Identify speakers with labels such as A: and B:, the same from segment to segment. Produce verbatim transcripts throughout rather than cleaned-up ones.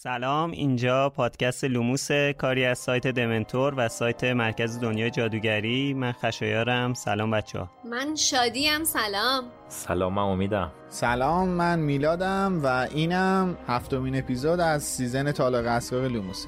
A: سلام، اینجا پادکست لوموس، کاری از سایت دمنتور و سایت مرکز دنیای جادوگری. من خشایارم. سلام بچه ها.
B: من شادیم. سلام.
C: سلام، من امیدم.
D: سلام، من میلادم و اینم هفتمین اپیزود از سیزن طالق اسرار لوموسه.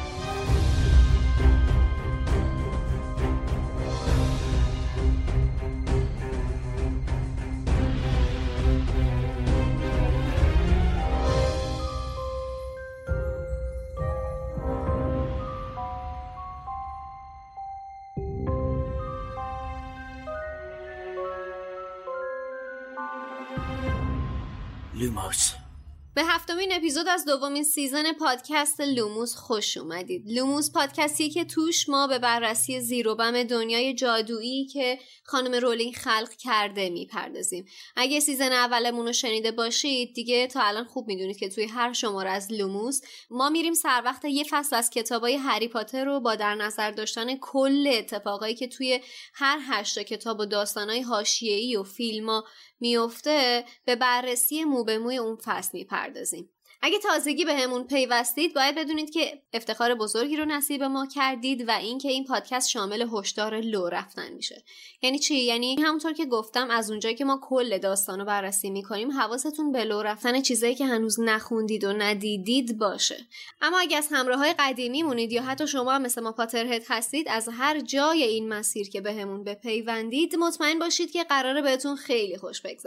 B: لوموس. به هفتمین اپیزود از دومین سیزن پادکست لوموس خوش اومدید. لوموس پادکستی که توش ما به بررسی زیر و بم دنیای جادویی که خانم رولینگ خلق کرده میپردازیم. اگه سیزن اولمون رو شنیده باشید دیگه تا الان خوب میدونید که توی هر شماره از لوموس ما میریم سر وقت یه فصل از کتابای هری پاتر رو با در نظر داشتن کل اتفاقایی که توی هر هشت کتاب و داستانای حاشیه‌ای و فیلم‌ها میفته به بررسی مو به موی اون فصل میپردازیم. اگه تازگی به همون پیوستید باید بدونید که افتخار بزرگی رو نصیب ما کردید و این که این پادکست شامل هشدار لو رفتن میشه. یعنی چی؟ یعنی همونطور که گفتم از اونجایی که ما کل داستان رو بررسی میکنیم حواستون به لو رفتن چیزایی که هنوز نخوندید و ندیدید باشه. اما اگه از همراههای قدیمی مونید یا حتی شما هم مثل ما پاترهد هستید، از هر جای این مسیر که به همون بپیوندید مطمئن باشید که قراره بهتون خیلی خوش بگذره.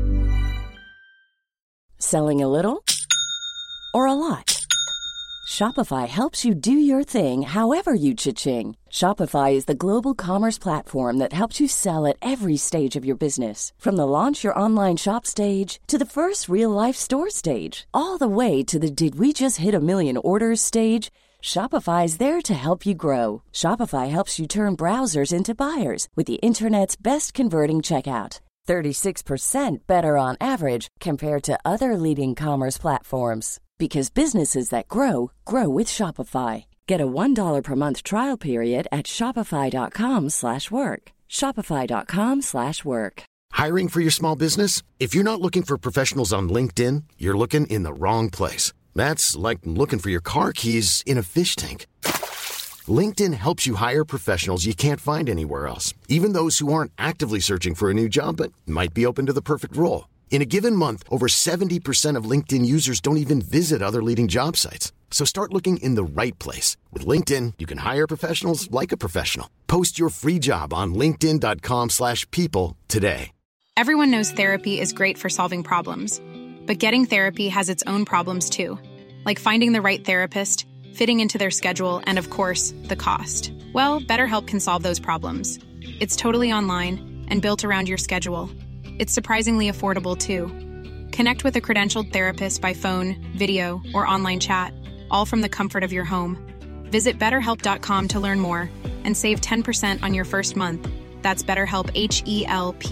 E: Selling a little or a lot? Shopify helps you do your thing however you cha-ching. Shopify is the global commerce platform that helps you sell at every stage of your business. From the launch your online shop stage to the first real-life store stage, all the way to the did we just hit a million orders stage. Shopify is there to help you grow. Shopify helps you turn browsers into buyers with the internet's best converting checkout. thirty-six percent better on average compared to other leading commerce platforms. Because businesses that grow, grow with Shopify. Get a one dollar per month trial period at shopify.com slash work. Shopify.com slash work.
F: Hiring for your small business? If you're not looking for professionals on LinkedIn, you're looking in the wrong place. That's like looking for your car keys in a fish tank. LinkedIn helps you hire professionals you can't find anywhere else, even those who aren't actively searching for a new job but might be open to the perfect role. In a given month, over seventy percent of LinkedIn users don't even visit other leading job sites. So start looking in the right place. With LinkedIn, you can hire professionals like a professional. Post your free job on linkedin.com slash people today.
G: Everyone knows therapy is great for solving problems, but getting therapy has its own problems too, like finding the right therapist, fitting into their schedule, and of course, the cost. Well, BetterHelp can solve those problems. It's totally online and built around your schedule. It's surprisingly affordable too. Connect with a credentialed therapist by phone, video, or online chat, all from the comfort of your home. Visit better help dot com to learn more and save ten percent on your first month. That's BetterHelp, H E L P.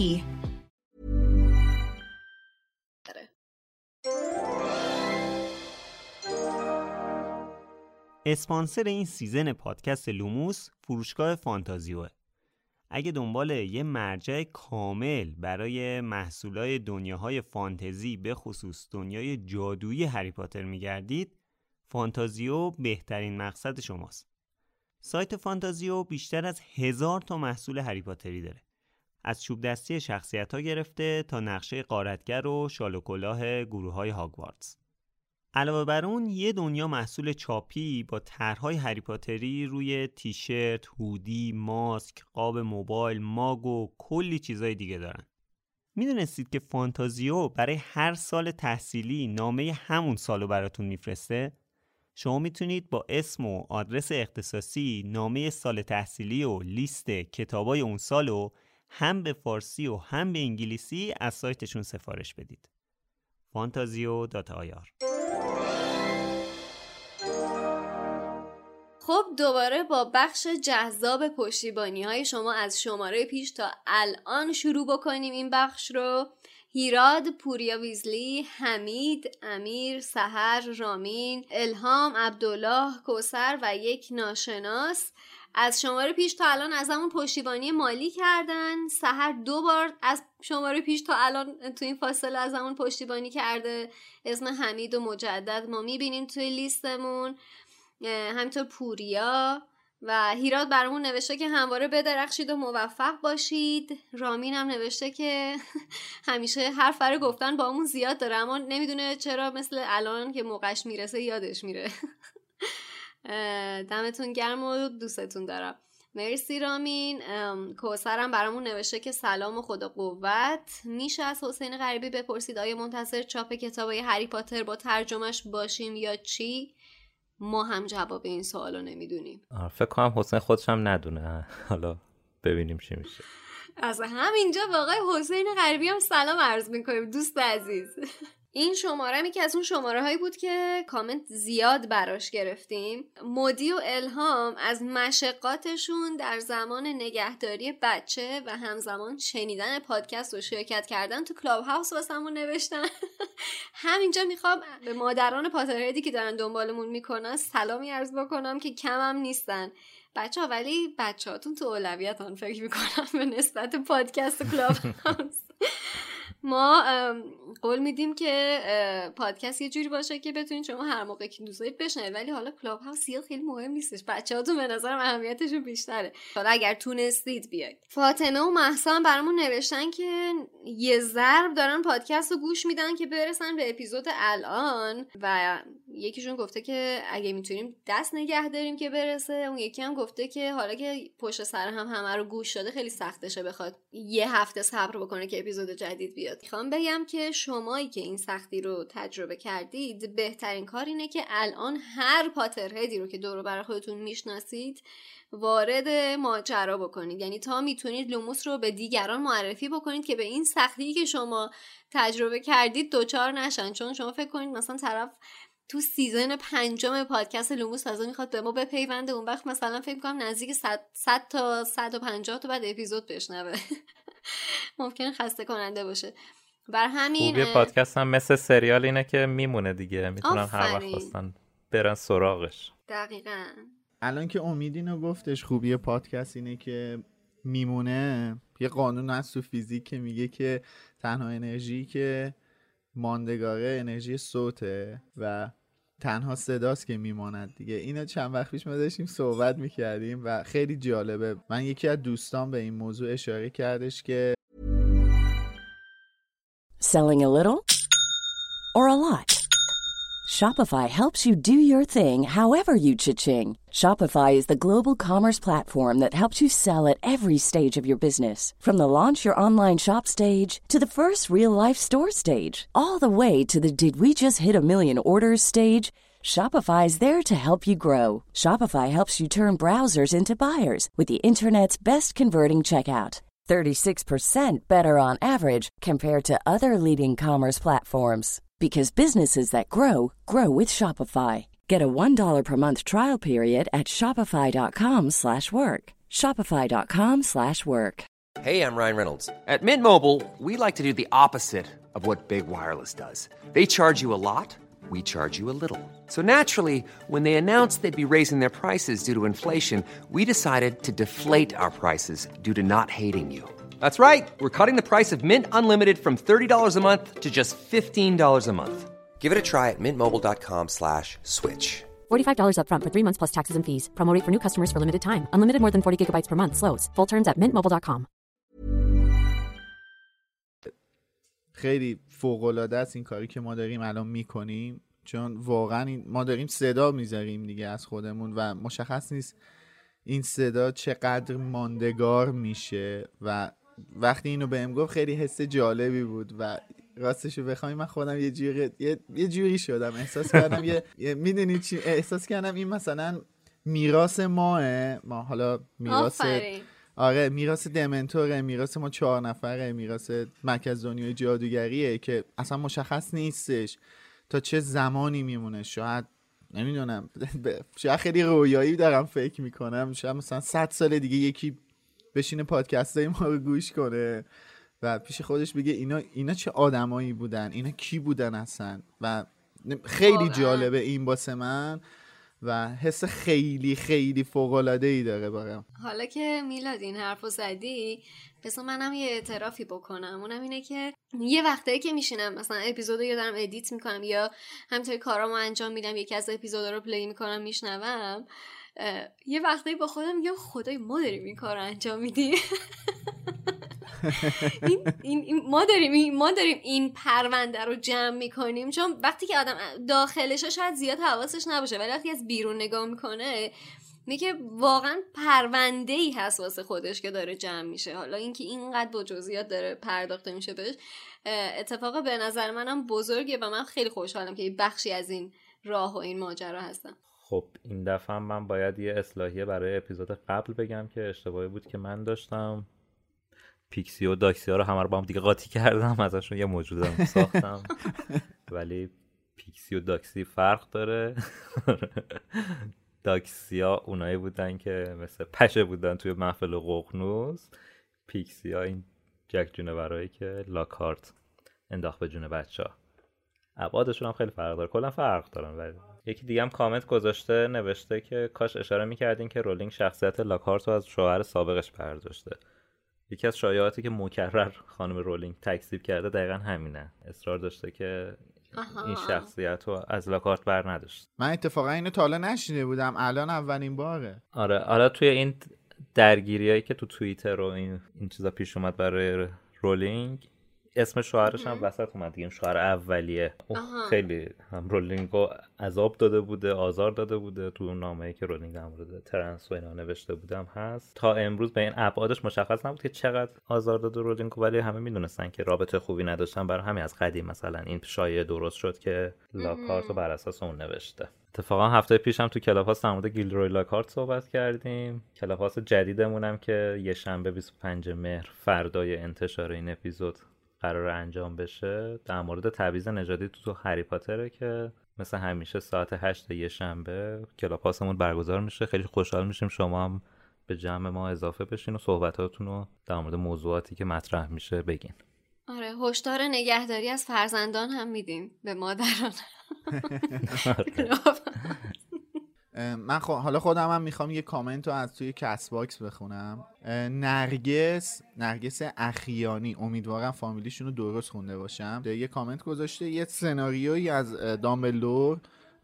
A: اسپانسر این سیزن پادکست لوموس فروشگاه فانتازیوه. اگه دنبال یه مرجع کامل برای محصولات دنیاهای فانتزی به خصوص دنیای جادویی هری پاتر میگردید، فانتازیو بهترین مقصد شماست. سایت فانتازیو بیشتر از هزار تا محصول هری پاتری داره. از چوب دستی شخصیت‌ها گرفته تا نقشه غارتگر و شال و کلاه گروه‌های هاگوارتس. علاوه بر اون یه دنیا محصول چاپی با طرح‌های هری پاتری روی تیشرت، هودی، ماسک، قاب موبایل، ماگ و کلی چیزای دیگه دارن. میدونستید که فانتازیو برای هر سال تحصیلی نامه همون سالو براتون میفرسته؟ شما میتونید با اسم و آدرس اختصاصی نامه سال تحصیلی و لیست کتابای اون سالو هم به فارسی و هم به انگلیسی از سایتشون سفارش بدید. فانتازیو دات آی آر.
B: خب دوباره با بخش جذاب پشتیبانی های شما از شماره پیش تا الان شروع بکنیم این بخش رو. هیراد، پوریا ویزلی، حمید، امیر، سحر، رامین، الهام، عبدالله، کوثر و یک ناشناس از شماره پیش تا الان از همون پشتیبانی مالی کردن. سحر دو بار از شماره پیش تا الان تو این فاصله از همون پشتیبانی کرده. اسم حمید و مجدد ما میبینیم توی لیستمون. همینطور پوریا و هیراد برامون نوشته که همواره بدرخشید و موفق باشید. رامین هم نوشته که همیشه حرف برای گفتن با همون زیاد داره اما نمیدونه چرا مثل الان که موقعش میرسه یادش میره. دمتون گرم و دوستتون دارم. مرسی رامین. کوثرم برامون نوشته که سلام و خدا قوت. میشه از حسین غریبی بپرسید آیا منتظر چاپ کتابای هری پاتر با ترجمهش باشیم یا چی؟ ما هم جواب این سوالو نمیدونیم.
C: فکر کنم حسین خودش هم ندونه. حالا ببینیم چی میشه.
B: از همینجا واقعا حسین غریبی هم سلام عرض میکنیم دوست عزیز. این شماره می که از اون شماره هایی بود که کامنت زیاد براش گرفتیم. مودی و الهام از مشقاتشون در زمان نگهداری بچه و همزمان شنیدن پادکست و شرکت کردن تو کلاب هاوس واسمون نوشتن. همینجا میخوام به مادران پاترهدی که دارن دنبالمون میکنن سلامی عرض بکنم که کم هم نیستن. بچه ها ولی بچه هاتون تو اولویتان فکر میکنم به نسبت پادکست و کلاب هاوس. ما قول میدیم که پادکست یه جوری باشه که بتونید شما هر موقع که دوست دارید بشنوید، ولی حالا کلاب هاوس خیلی مهم نیستش. بچه‌هاتون به نظرم اهمیتشون بیشتره. حالا اگر تونستید بیاید. فاطمه و مهسا برامون نوشتن که یه ضرب دارن پادکست رو گوش میدن که برسن به اپیزود الان و یکیشون گفته که اگه میتونیم دست نگه داریم که برسه، اون یکی هم گفته که حالا که پشت سر هم همه رو گوش شده خیلی سختشه بخواد یه هفته صبر بکنه که اپیزود جدید بیاد. میخوام بگم که شمایی که این سختی رو تجربه کردید بهترین کار اینه که الان هر پاترهدی رو که دور و بر خودتون میشناسید وارد ماجرا بکنید. یعنی تا میتونید لوموس رو به دیگران معرفی بکنید که به این سختی که شما تجربه کردید دوچار نشن. چون شما فکر کنید مثلا طرف تو سیزن پنجم پادکست لوموس تازه میخواد به ما بپیونده، اون وقت مثلا فکر کنم نزدیک صد تا صد و پنجاه تا بعد اپیزود بشنوه. ممکنه خسته کننده باشه. بر همین
C: خوبی پادکست هم مثل سریال اینه که میمونه دیگه، میتونن هر وقت خواستن برن سراغش.
B: دقیقاً.
D: الان که امیدینو گفتش خوبی پادکست اینه که میمونه، یه قانون هست تو فیزیک که میگه که تنها انرژی که ماندگاره انرژی صوته و تنها صداست که میماند دیگه. اینو چند وقت پیش ما داشتیم صحبت میکردیم و خیلی جالبه. من یکی از دوستان به این موضوع اشاره کردش که
E: Selling a little or a lot? Shopify helps you do your thing however you cha-ching. Shopify is the global commerce platform that helps you sell at every stage of your business. From the launch your online shop stage to the first real-life store stage, all the way to the did we just hit a million orders stage. Shopify is there to help you grow. Shopify helps you turn browsers into buyers with the internet's best converting checkout. thirty-six percent better on average compared to other leading commerce platforms. Because businesses that grow, grow with Shopify. Get a one dollar per month trial period at shopify.com slash work. Shopify.com slash work.
H: Hey, I'm Ryan Reynolds. At Mint Mobile, we like to do the opposite of what Big Wireless does. They charge you a lot, we charge you a little. So naturally, when they announced they'd be raising their prices due to inflation, we decided to deflate our prices due to not hating you. That's right. We're cutting the price of Mint Unlimited from thirty dollars a month to just fifteen dollars a month. Give it a try at mintmobile.com slash switch.
I: forty-five dollars up front for three months plus taxes and fees. Promo rate for new customers for limited time. Unlimited more than forty gigabytes per month. Slows full terms at mint mobile dot com.
D: خیلی فوق‌العاده است این کاری که ما داریم الان میکنیم، چون واقعا این ما داریم صدا میذاریم دیگه از خودمون و مشخص نیست این صدا چقدر ماندگار میشه. و وقتی اینو بهم گفت خیلی حس جالبی بود و راستشو بخوام من خودم یه جوری یه, یه جوری شدم، احساس کردم یه, یه میدونید چی احساس کردم این مثلا میراث ماه ما، حالا میراث آره میراث دمنتوره، میراث ما چهار نفره، میراث مرکز دنیای جادوگریه که اصلا مشخص نیستش تا چه زمانی میمونه. شاید نمیدونم، شاید خیلی رویایی دارم فکر میکنم، شاید مثلا صد سال دیگه یکی بشینه پادکستای ما رو گوش کنه و پیش خودش بگه اینا اینا چه آدمایی بودن، اینا کی بودن اصلا. و خیلی جالبه این واسه من و حس خیلی خیلی فوق‌العاده‌ای داره برام.
B: حالا که میلاد این حرفو زدی، پس منم یه اعترافی بکنم. اونم اینه که یه وقتایی که میشینم مثلا اپیزودو یا دارم ادیت میکنم یا همینطوری کارامو انجام میدم، یکی از اپیزودا رو پلی میکنم میشنوم، یه وقتایی با خودم میگم خدای ما داریم این کارو انجام میدیم. این, این, این ما داریم این ما داریم این پرونده رو جمع میکنیم. چون وقتی که آدم داخلش شاید زیاد حواسش نباشه، ولی وقتی از بیرون نگاه میکنه میگه واقعا پرونده‌ای هست واسه خودش که داره جمع میشه. حالا اینکه اینقدر با جزئیات داره پرداخته میشه بهش، اتفاقا به نظر منم بزرگه و من خیلی خوشحالم که بخشی از این راه و این ماجرا هستم.
C: خب این دفعه من باید یه اصلاحیه برای اپیزود قبل بگم که اشتباهی بود که من داشتم. پیکسی و داکسی ها رو همه رو با هم دیگه قاطی کردم، ازشون یه موجودم ساختم. ولی پیکسی و داکسی فرق داره. داکسی ها اونایی بودن که مثل پشه بودن توی محفل ققنوس. پیکسی ها این جک جونورایی که لاکارت انداخت به جون بچه ها. ابعادشون هم خیلی فرق داره، کلا فرق دارن. ولی یکی دیگه هم کامنت گذاشته نوشته که کاش اشاره میکردین که رولینگ شخصیت لاکارت رو از شوهر سابقش برداشته. یکی از شایعاتی که مکرر خانم رولینگ تکذیب کرده دقیقا همینه. اصرار داشته که آها. این شخصیت رو از لاکارت بر نداشت.
D: من اتفاقا اینو تا حالا نشنیده بودم، الان اولین باره.
C: آره حالا توی این درگیریایی که تو توییتر و این این چیزا پیش اومد برای رولینگ، اسم شوهرش هم وسط اومد دیگه، شوهر اولیه. اون خیلی هم رولینگو عذاب داده بوده، آزار داده بوده. تو نامه‌ای که رولینگ در مورد ترنس و اینا نوشته بودم هست. تا امروز به این ابعادش مشخص نبود که چقدر آزار داده رولینگو، ولی همه میدونستن که رابطه خوبی نداشتن. برای همین از قدیم مثلا این شایعه درست شد که لاکارت رو بر اساس اون نوشته. اتفاقا هفته پیشم تو کلاپاس در مورد گیلدروی لاکارت صحبت کردیم. کلاپاس جدیدمونم که یه شنبه بیست و پنجم مهر فردای انتشار این اپیزود قرار انجام بشه، در مورد تبعیض نژادی تو, تو هری پاتره که مثل همیشه ساعت هشت یه شنبه کلاپاسمون برگزار میشه. خیلی خوشحال میشیم شما هم به جمع ما اضافه بشین و صحبتاتون رو در مورد موضوعاتی که مطرح میشه بگین.
B: آره هشدار نگهداری از فرزندان هم میدیم به مادران.
D: من خو... حالا خودم هم میخوام یه کامنت رو از توی کست باکس بخونم. نرگس نرگس اخیانی، امیدوارم فامیلیشون رو درست خونده باشم، یه کامنت گذاشته. یه سناریویی از دامبلدور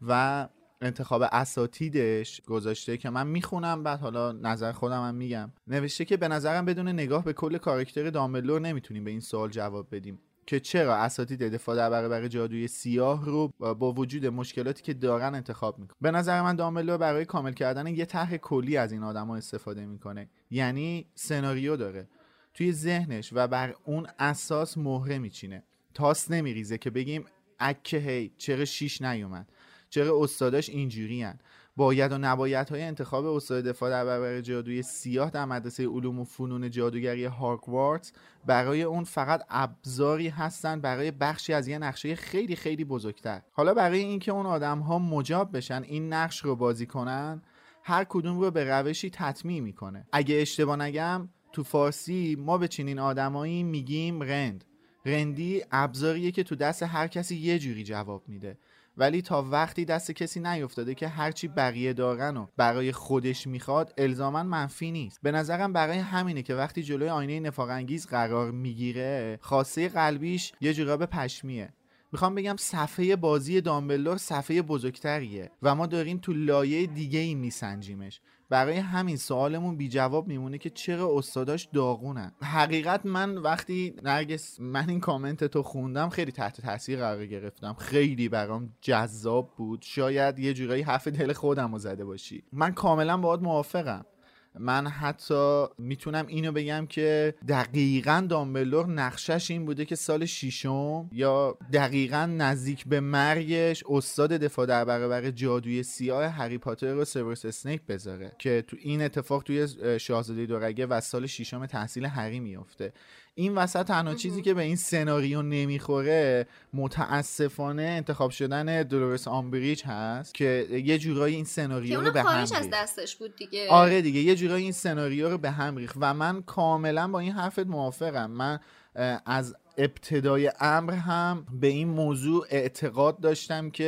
D: و انتخاب اساتیدش گذاشته که من میخونم، بعد حالا نظر خودم هم میگم. نوشته که به نظرم بدون نگاه به کل کاراکتر دامبلدور نمیتونیم به این سوال جواب بدیم که چرا اساتید دفاع در برابر جادوی سیاه رو با وجود مشکلاتی که دارن انتخاب میکنه. به نظر من دامبلدور برای کامل کردن یه طرح کلی از این آدما استفاده میکنه. یعنی سناریو داره توی ذهنش و بر اون اساس مهره میچینه. تاس نمیریزه که بگیم اکه هی چرا شیش نیومد، چرا استاداش اینجورین. باید و نبایدهای انتخاب استاد دفاع در برابر جادوی سیاه در مدرسه علوم و فنون جادوگری هاگوارتس برای اون فقط ابزاری هستن برای بخشی از یه نقشه خیلی خیلی بزرگتر. حالا برای اینکه اون آدم‌ها مجاب بشن این نقش رو بازی کنن، هر کدوم رو به روشی تطمیع میکنه. اگه اشتباه نگم تو فارسی ما به چنین آدمایی میگیم رند. رندی ابزاریه که تو دست هر کسی یه جوری جواب میده، ولی تا وقتی دست کسی نیفتاده که هرچی بقیه دارن و برای خودش میخواد الزاماً منفی نیست. به نظرم برای همینه که وقتی جلوی آینه نفاق انگیز قرار میگیره خواسته قلبیش یه جوراب پشمیه. میخوام بگم صفحه بازی دامبلدور صفحه بزرگتریه و ما داریم تو لایه دیگه ای میسنجیمش. برای همین سوالمون بی جواب میمونه که چرا استاداش داغونن. حقیقت من وقتی نرگس من این کامنت تو خوندم خیلی تحت تاثیر قرار گرفتم، خیلی برام جذاب بود. شاید یه جورایی حرف دل خودم رو زده باشی. من کاملا باهات موافقم. من حتی میتونم اینو بگم که دقیقاً دامبلدور نقشش این بوده که سال ششم یا دقیقاً نزدیک به مرگش استاد دفاع در برابر جادوی سیاه هری پاتر رو سیوروس اسنیپ بذاره که تو این اتفاق توی شاهزاده دورگه و سال ششم تحصیل هری میفته. این وسط تنها چیزی که به این سناریو نمیخوره متاسفانه انتخاب شدن دولورس آمبریج هست که یه جورایی این سناریو رو به هم ریخت.
B: از دستش بود دیگه.
D: آره دیگه یه جورایی این سناریو رو به هم ریخت و من کاملا با این حرفت موافقم. من از ابتدای امر هم به این موضوع اعتقاد داشتم که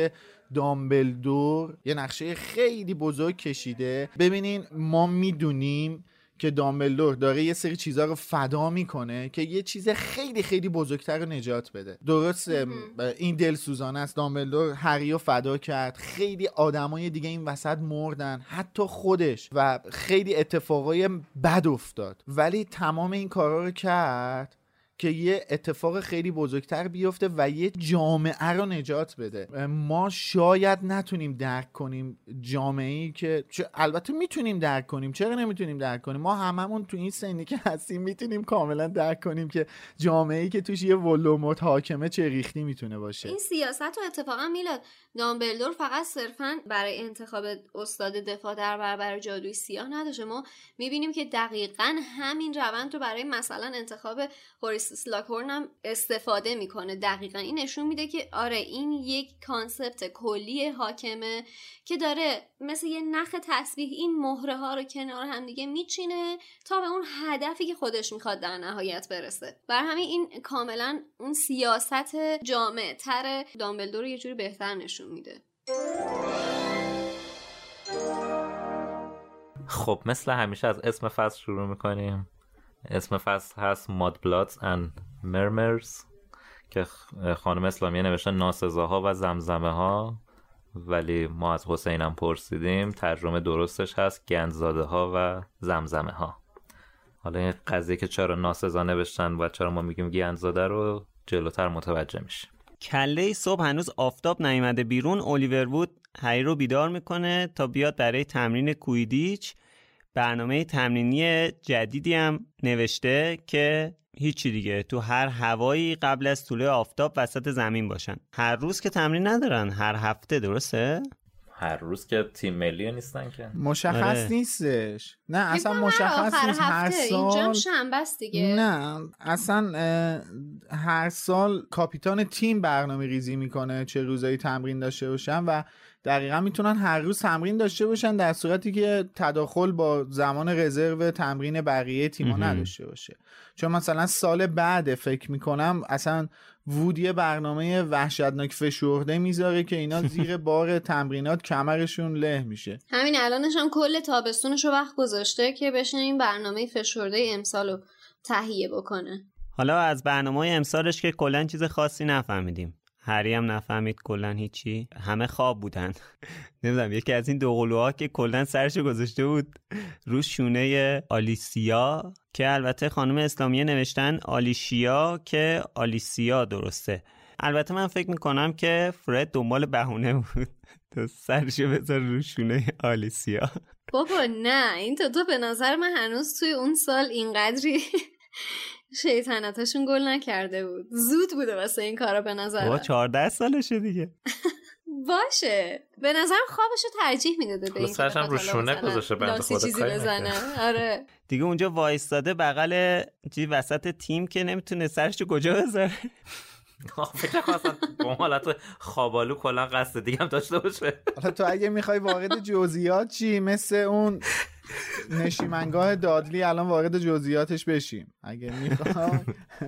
D: دامبلدور یه نقشه خیلی بزرگ کشیده. ببینین ما میدونیم که دامبلدور داره یه سری چیزا رو فدا میکنه که یه چیز خیلی خیلی بزرگتر رو نجات بده. درسته این دلسوزانه است، دامبلدور هری رو فدا کرد، خیلی آدمای دیگه این وسط مردن، حتی خودش، و خیلی اتفاقای بد افتاد، ولی تمام این کارا رو کرد که یه اتفاق خیلی بزرگتر بیفته و یه جامعه رو نجات بده. ما شاید نتونیم درک کنیم جامعه‌ای که البته میتونیم درک کنیم، چرا نمیتونیم درک کنیم؟ ما هممون تو این سنی که هستیم میتونیم کاملا درک کنیم که جامعه‌ای که توش یه ولوموت حاکمه چه ریختی میتونه باشه.
B: این سیاست رو اتفاقا میلاد دامبلدور فقط صرفاً برای انتخاب استاد دفاع در برابر جادوی سیاه نداشته. ما میبینیم که دقیقاً همین روند رو برای مثلا انتخاب هوریس اسلاکورن هم استفاده میکنه. دقیقاً این نشون میده که آره این یک کانسپت کلی حاکمه که داره مثل یه نخ تسبیح این مهره ها رو کنار هم دیگه میچینه تا به اون هدفی که خودش میخواد در نهایت برسه. بر همین این کاملا اون سیاست جامع تر دامبلدور رو یه جوری بهتر نشون میده.
C: خب مثل همیشه از اسم فصل شروع میکنیم. اسم فصل هست Mud Bloods and Murmurs که خانم اسلامیه نوشته ناسزاها و زمزمه ها، ولی ما از حسینم پرسیدیم ترجمه درستش هست گندزاده ها و زمزمه ها. حالا این قضیه که چرا ناسزا نوشتن و چرا ما میگیم گندزاده رو جلوتر متوجه میشیم.
A: کله صبح هنوز آفتاب نیامده بیرون، الیور وود هری رو بیدار میکنه تا بیاد برای تمرین کویدیچ. برنامه تمرینی جدیدی هم نوشته که هیچی دیگه تو هر هوایی قبل از طلوع آفتاب وسط زمین باشن. هر روز که تمرین ندارن، هر هفته. درسته؟
C: هر روز که تیم ملی نیستن که
D: مشخص آره. نیستش. نه اصلا مشخص نیست. هر سال
B: اینجا شنبه است دیگه.
D: نه اصلا هر سال کاپیتان تیم برنامه ریزی میکنه چه روزایی تمرین داشته باشن و دقیقا میتونن هر روز تمرین داشته باشن در صورتی که تداخل با زمان رزرو تمرین بقیه تیم‌ها نداشته باشه. چون مثلا سال بعد فکر میکنم اصلا وود یه برنامه وحشتناک فشرده میذاره که اینا زیر بار تمرینات کمرشون له میشه.
B: همین الانش هم کل تابستونش رو وقت گذاشته که بشن این برنامه فشرده امسال رو تهیه بکنه.
A: حالا از برنامه امسالش که کلا چیز خاصی نفهمیدیم. هری هم نفهمید کلا هیچی، همه خواب بودن. نمیدونم یکی از این دوقلوها که کلا سرشو گذاشته بود رو شونه آلیسیا که البته خانم اسلامیه نوشتن آلیشیا که آلیسیا درسته. البته من فکر میکنم که فرد دنبال بهونه بود تو سرشو بذار رو شونه آلیسیا.
B: بابا نه این تو تو به نظر من هنوز توی اون سال اینقدری شیطنتاشون گل نکرده بود. زود بوده واسه این کارا به نظر.
A: بابا چهارده سالشه دیگه.
B: باشه به نظرم خوابشو ترجیح میداده به این
C: که بخاطر رو شونه گذاشته بنده خدا
B: چیزی بزنه. آره
A: دیگه اونجا وایستاده بغل چی وسط تیم که نمیتونه سرشو کجا بذاره.
C: فکر کنم اصلا با حالت خوابالو کلا قصد دیگه هم داشته باشه.
D: حالا تو اگه میخوای وارد جزئیات چی مثل اون نشیمنگاه دادلی الان وارد جزئیاتش بشیم اگه میخوای.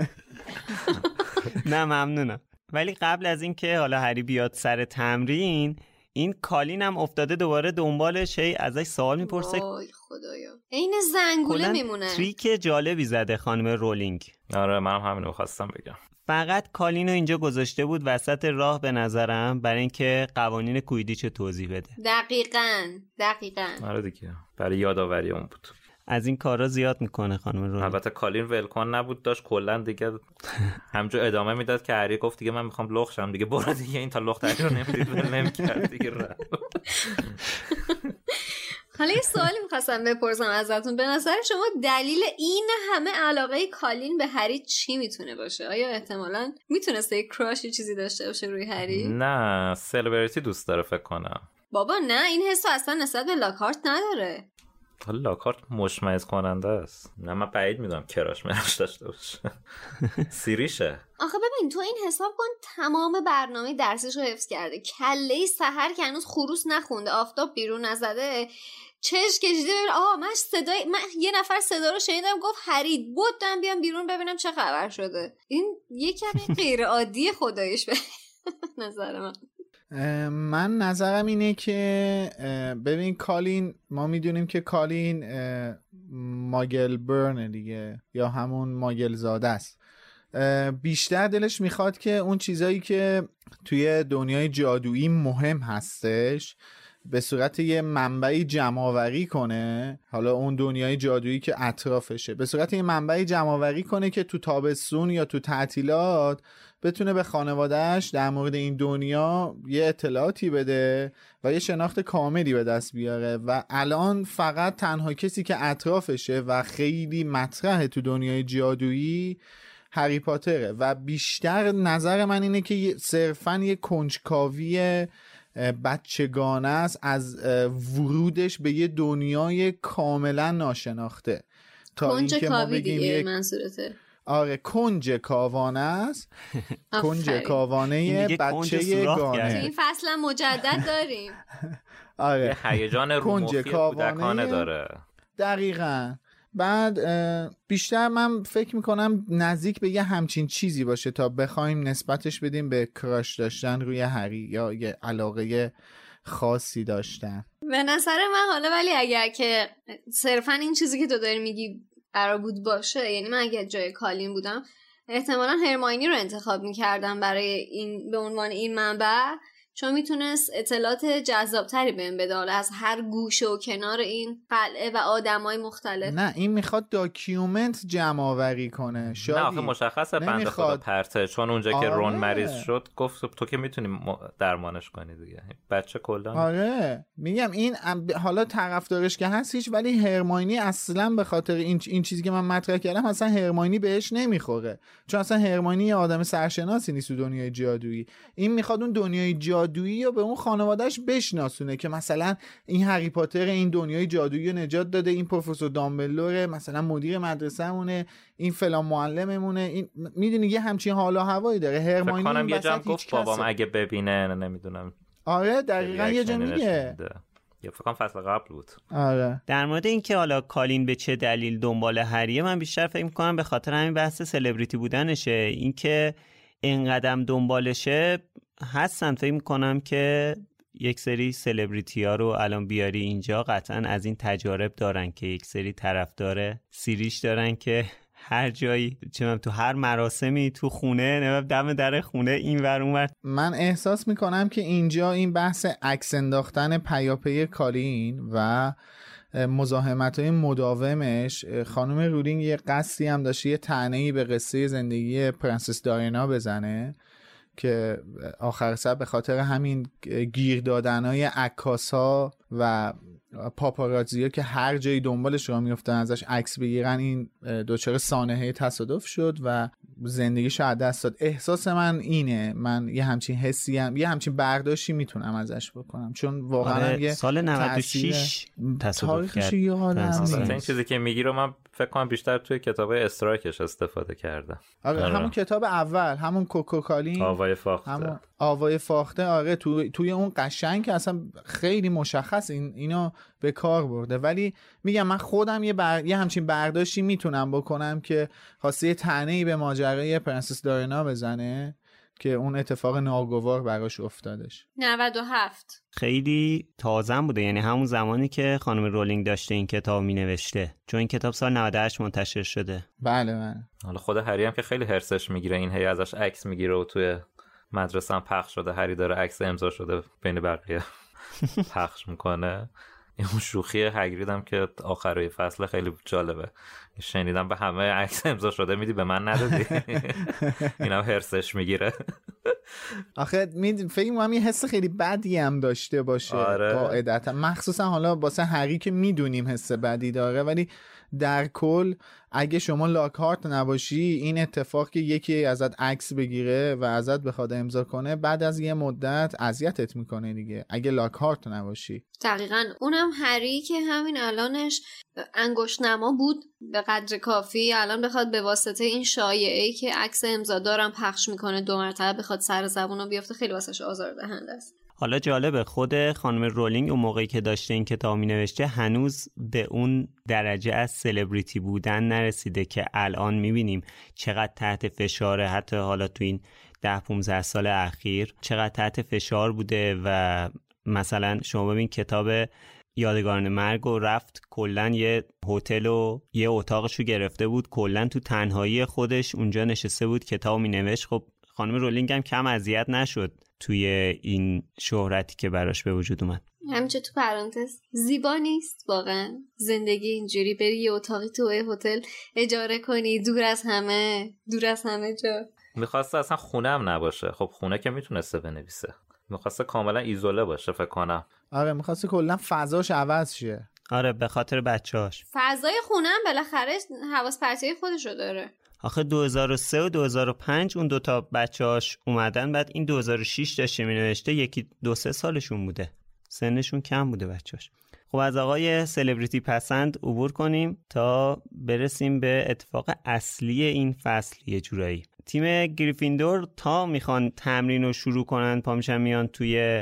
A: نه ممنونم. ولی قبل از این که حالا هری بیاد سر تمرین، این کالین هم افتاده دوباره دنبالش، هی ازش سوال میپرسه.
B: وای خدایا این زنگوله میمونه.
A: تریک جالبی زده خانم رولینگ.
C: آره منم همینو خواستم بگم.
A: فقط کالینو اینجا گذاشته بود وسط راه به نظرم برای اینکه قوانین کویدیچ توضیح بده.
B: دقیقاً دقیقاً.
C: آره دیگه برای یادآوری اون بود.
A: از این کارا زیاد میکنه خانم رولینگ.
C: البته کالین ولکن نبود، داشت کلا دیگه همجا ادامه میداد که هری گفت دیگه من میخوام لخ شم دیگه، برو دیگه این تا لخت هری رو نمیدید ول نمیکرد دیگه.
B: حالا یه سوالی میخواستم بپرسم ازتون، به نظر شما دلیل این همه علاقه کالین به هری چی میتونه باشه؟ آیا احتمالاً میتونسته یک کراش چیزی داشته باشه روی هری؟
C: نه سلبریتی دوست داره فکر کنم.
B: بابا نه این حسو اصلا نسبت به لاکارت نداره.
C: حالا لاکارت مشمئز کننده است. نه من بعید میدونم کراش مراش داشته باشه. سیریشه.
B: آخه ببین تو این حساب کن تمام برنامه درسش رو حفظ کرده، کله سحر که هنوز خروس نخونده، آفتاب بیرون نزده، چش کشیده ببین آها من صدای من یه نفر صدا رو شنیدم گفت هری بودم بیام بیرون ببینم چه خبر شده. این یه کمی غیر عادی خدایش به نظر من.
D: من نظرم اینه که ببین کالین، ما میدونیم که کالین ماگل برن دیگه، یا همون ماگل زاده است. بیشتر دلش میخواد که اون چیزایی که توی دنیای جادویی مهم هستش به صورت یه منبعی جمع‌آوری کنه. حالا اون دنیای جادویی که اطرافشه به صورت یه منبعی جمع‌آوری کنه که تو تابستون یا تو تعطیلات بتونه به خانواده‌اش در مورد این دنیا یه اطلاعاتی بده و یه شناخت کاملی به دست بیاره. و الان فقط تنها کسی که اطرافشه و خیلی مطرحه تو دنیای جادویی هری پاتره و بیشتر نظر من اینه که صرفاً یه کنجکاوی بچگانه است از ورودش به یه دنیای کاملا ناشناخته. تا اینکه ما بگیم یک
B: منظورته.
D: آره کنج کاوانه است. کنج کاوانه بچه گانه.
B: این فصل مجدد داریم.
D: آره
C: هیجان رومخی کودکانه داره.
D: دقیقاً. بعد بیشتر من فکر میکنم نزدیک به یه همچین چیزی باشه تا بخوایم نسبتش بدیم به کراش داشتن روی هری یا یه علاقه خاصی داشتن.
B: به نظر من حالا ولی اگر که صرفا این چیزی که تو داری میگی قرار بود باشه، یعنی من اگر جای کالین بودم احتمالاً هرماینی رو انتخاب میکردم برای این به عنوان این منبع، چون میتونست اطلاعات جذابتری بهم بده از هر گوشه و کنار این قلعه و آدمای مختلف.
D: نه این میخواد داکیومنت جمع آوری کنه. شادی
C: نه آخه مشخصه بنده خدا پرته، چون اونجا آره. که رون مریض شد گفت تو که میتونی درمانش کنی دیگه، بچه کلا.
D: آره میگم این حالا طرفدارش که هستیش، ولی هرماینی اصلا به خاطر این این چیزی که من مطرح کردم اصلا هرماینی بهش نمیخوره، چون اصلا هرماینی یه آدم سرشناسی نیست تو دنیای جادویی. این میخواد اون دنیای جادویی رو به اون خانواده‌اش بشناسونه که مثلا این هری پاتر این دنیای جادویی رو نجات داده، این پروفسور دامبلدور مثلا مدیر مدرسه‌مونه، این فلان معلممونه، این میدونی یه همچین حال و هوایی داره. هرماینی
C: فکر کنم یه جام گفت بابام اگه ببینه نمیدونم.
D: آره دقیقاً یه جا میگه.
C: یا فکر کنم فصل قبل بود.
D: آره.
A: در مورد اینکه حالا کالین به چه دلیل دنبال هریه، من بیشتر فکر می‌کنم به خاطر همین بحث سلبریتی بودنشه. اینکه این قدم دنبالشه هستن، فکر میکنم که یک سری سلبریتی ها رو الان بیاری اینجا قطعا از این تجارب دارن که یک سری طرفدار سیریش دارن که هر جایی چه تو هر مراسمی تو خونه نه دم در خونه این ور اون ور.
D: من احساس میکنم که اینجا این بحث عکس انداختن پیاپی کالین و مزاحمت‌های مداومش، خانم رولینگ یه قصدی هم داشته یه طعنه‌ای به قصه زندگی پرنسس دایانا بزنه که آخر سر به خاطر همین گیر دادن‌های عکاس‌ها و پاپاراتزی‌ها که هر جایی دنبالش را میافتن ازش عکس بگیرن، این دچار سانحه تصادف شد و زندگیش از دست داد. احساس من اینه، من یه همچین حسی هم یه همچین برداشتی میتونم ازش بکنم، چون واقعا
A: آره
D: یه
A: سال نود و شش تصادف کرد.
C: این چیزی که میگی رو من فکر کنم بیشتر توی کتاب استرایکش استفاده کردم.
D: آره همون کتاب اول، همون کوکوکالین،
C: آوای فاخته،
D: همون آوای فاخته. آره تو توی اون قشنگ که اصلا خیلی مشخص این اینو به کار برده. ولی میگم من خودم یه بر... یه همچین برداشتی میتونم بکنم که خواسته یه طعنه‌ای به ماجرای پرنسس دایانا بزنه که اون اتفاق ناگوار براش افتادش.
B: نود و هفت
A: خیلی تازه بوده، یعنی همون زمانی که خانم رولینگ داشته این کتاب می نوشته، چون این کتاب سال نود و هشت منتشر شده.
D: بله بله.
C: حالا خود هری هم که خیلی هرسش میگیره، این هی ازش عکس میگیره و توی مدرسه هم پخش شده، هری داره عکس امضا شده بین بقیه پخش میکنه. اون شوخی هگرید هم که آخرای فصل خیلی جالبه، شنیدم به همه عکس امضا شده میدی به من ندادی. اینم هرسش میگیره.
D: آخه می فکر می‌کنم یه حس خیلی بدی هم داشته باشه.
C: آره.
D: قاعدتا مخصوصا حالا واسه هری که میدونیم حس بدی داره، ولی در کل اگه شما لاکهارت نباشی، این اتفاق که یکی ازت عکس بگیره و ازت بخواد امضا کنه بعد از یه مدت اذیتت میکنه دیگه، اگه لاکهارت نباشی.
B: دقیقاً. اونم هری که همین الانش انگشت نما بود به قدر کافی، الان بخواد به واسطه این شایعه‌ای که عکس امضا دارم پخش میکنه دو مرتبه بخواد سر زبونو بیفته، خیلی واسش آزاردهنده است.
A: حالا جالبه خود خانم رولینگ اون موقعی که داشته این کتاب می نوشته هنوز به اون درجه از سلبریتی بودن نرسیده که الان می بینیم چقدر تحت فشاره. حتی حالا تو این ده پونزده سال اخیر چقدر تحت فشار بوده و مثلا شما ببین کتاب یادگاران مرگ و رفت کلن یه هتل و یه اتاقشو گرفته بود، کلن تو تنهایی خودش اونجا نشسته بود کتاب می نوشت. خب خانم رولینگ هم کم اذیت نشد توی این شهرتی که براش به وجود اومد.
B: همینجا تو پرانتز زیبا نیست واقعا زندگی اینجوری، بری یه اتاقی تو هتل اجاره کنی دور از همه، دور از همه جا.
C: میخواسته اصلا خونه هم نباشه. خب خونه که میتونسته بنویسه، میخواسته کاملا ایزوله باشه فکر کنم.
D: آره میخواسته کلا فضاش عوض شه.
A: آره به خاطر بچه‌هاش.
B: فضای خونه هم بالاخره حواس پرتی خودشو داره.
A: آخه دو هزار و سه و دو هزار و پنج اون دوتا بچه‌هاش اومدن، بعد این دو هزار و شش داشته می‌نوشته، یکی دو سه سالشون بوده، سنشون کم بوده بچه‌هاش. خب از آقای سلبریتی پسند عبور کنیم تا برسیم به اتفاق اصلی این فصل. یه جورایی تیم گریفیندور تا میخوان تمرین رو شروع کنن، پا میشن میان توی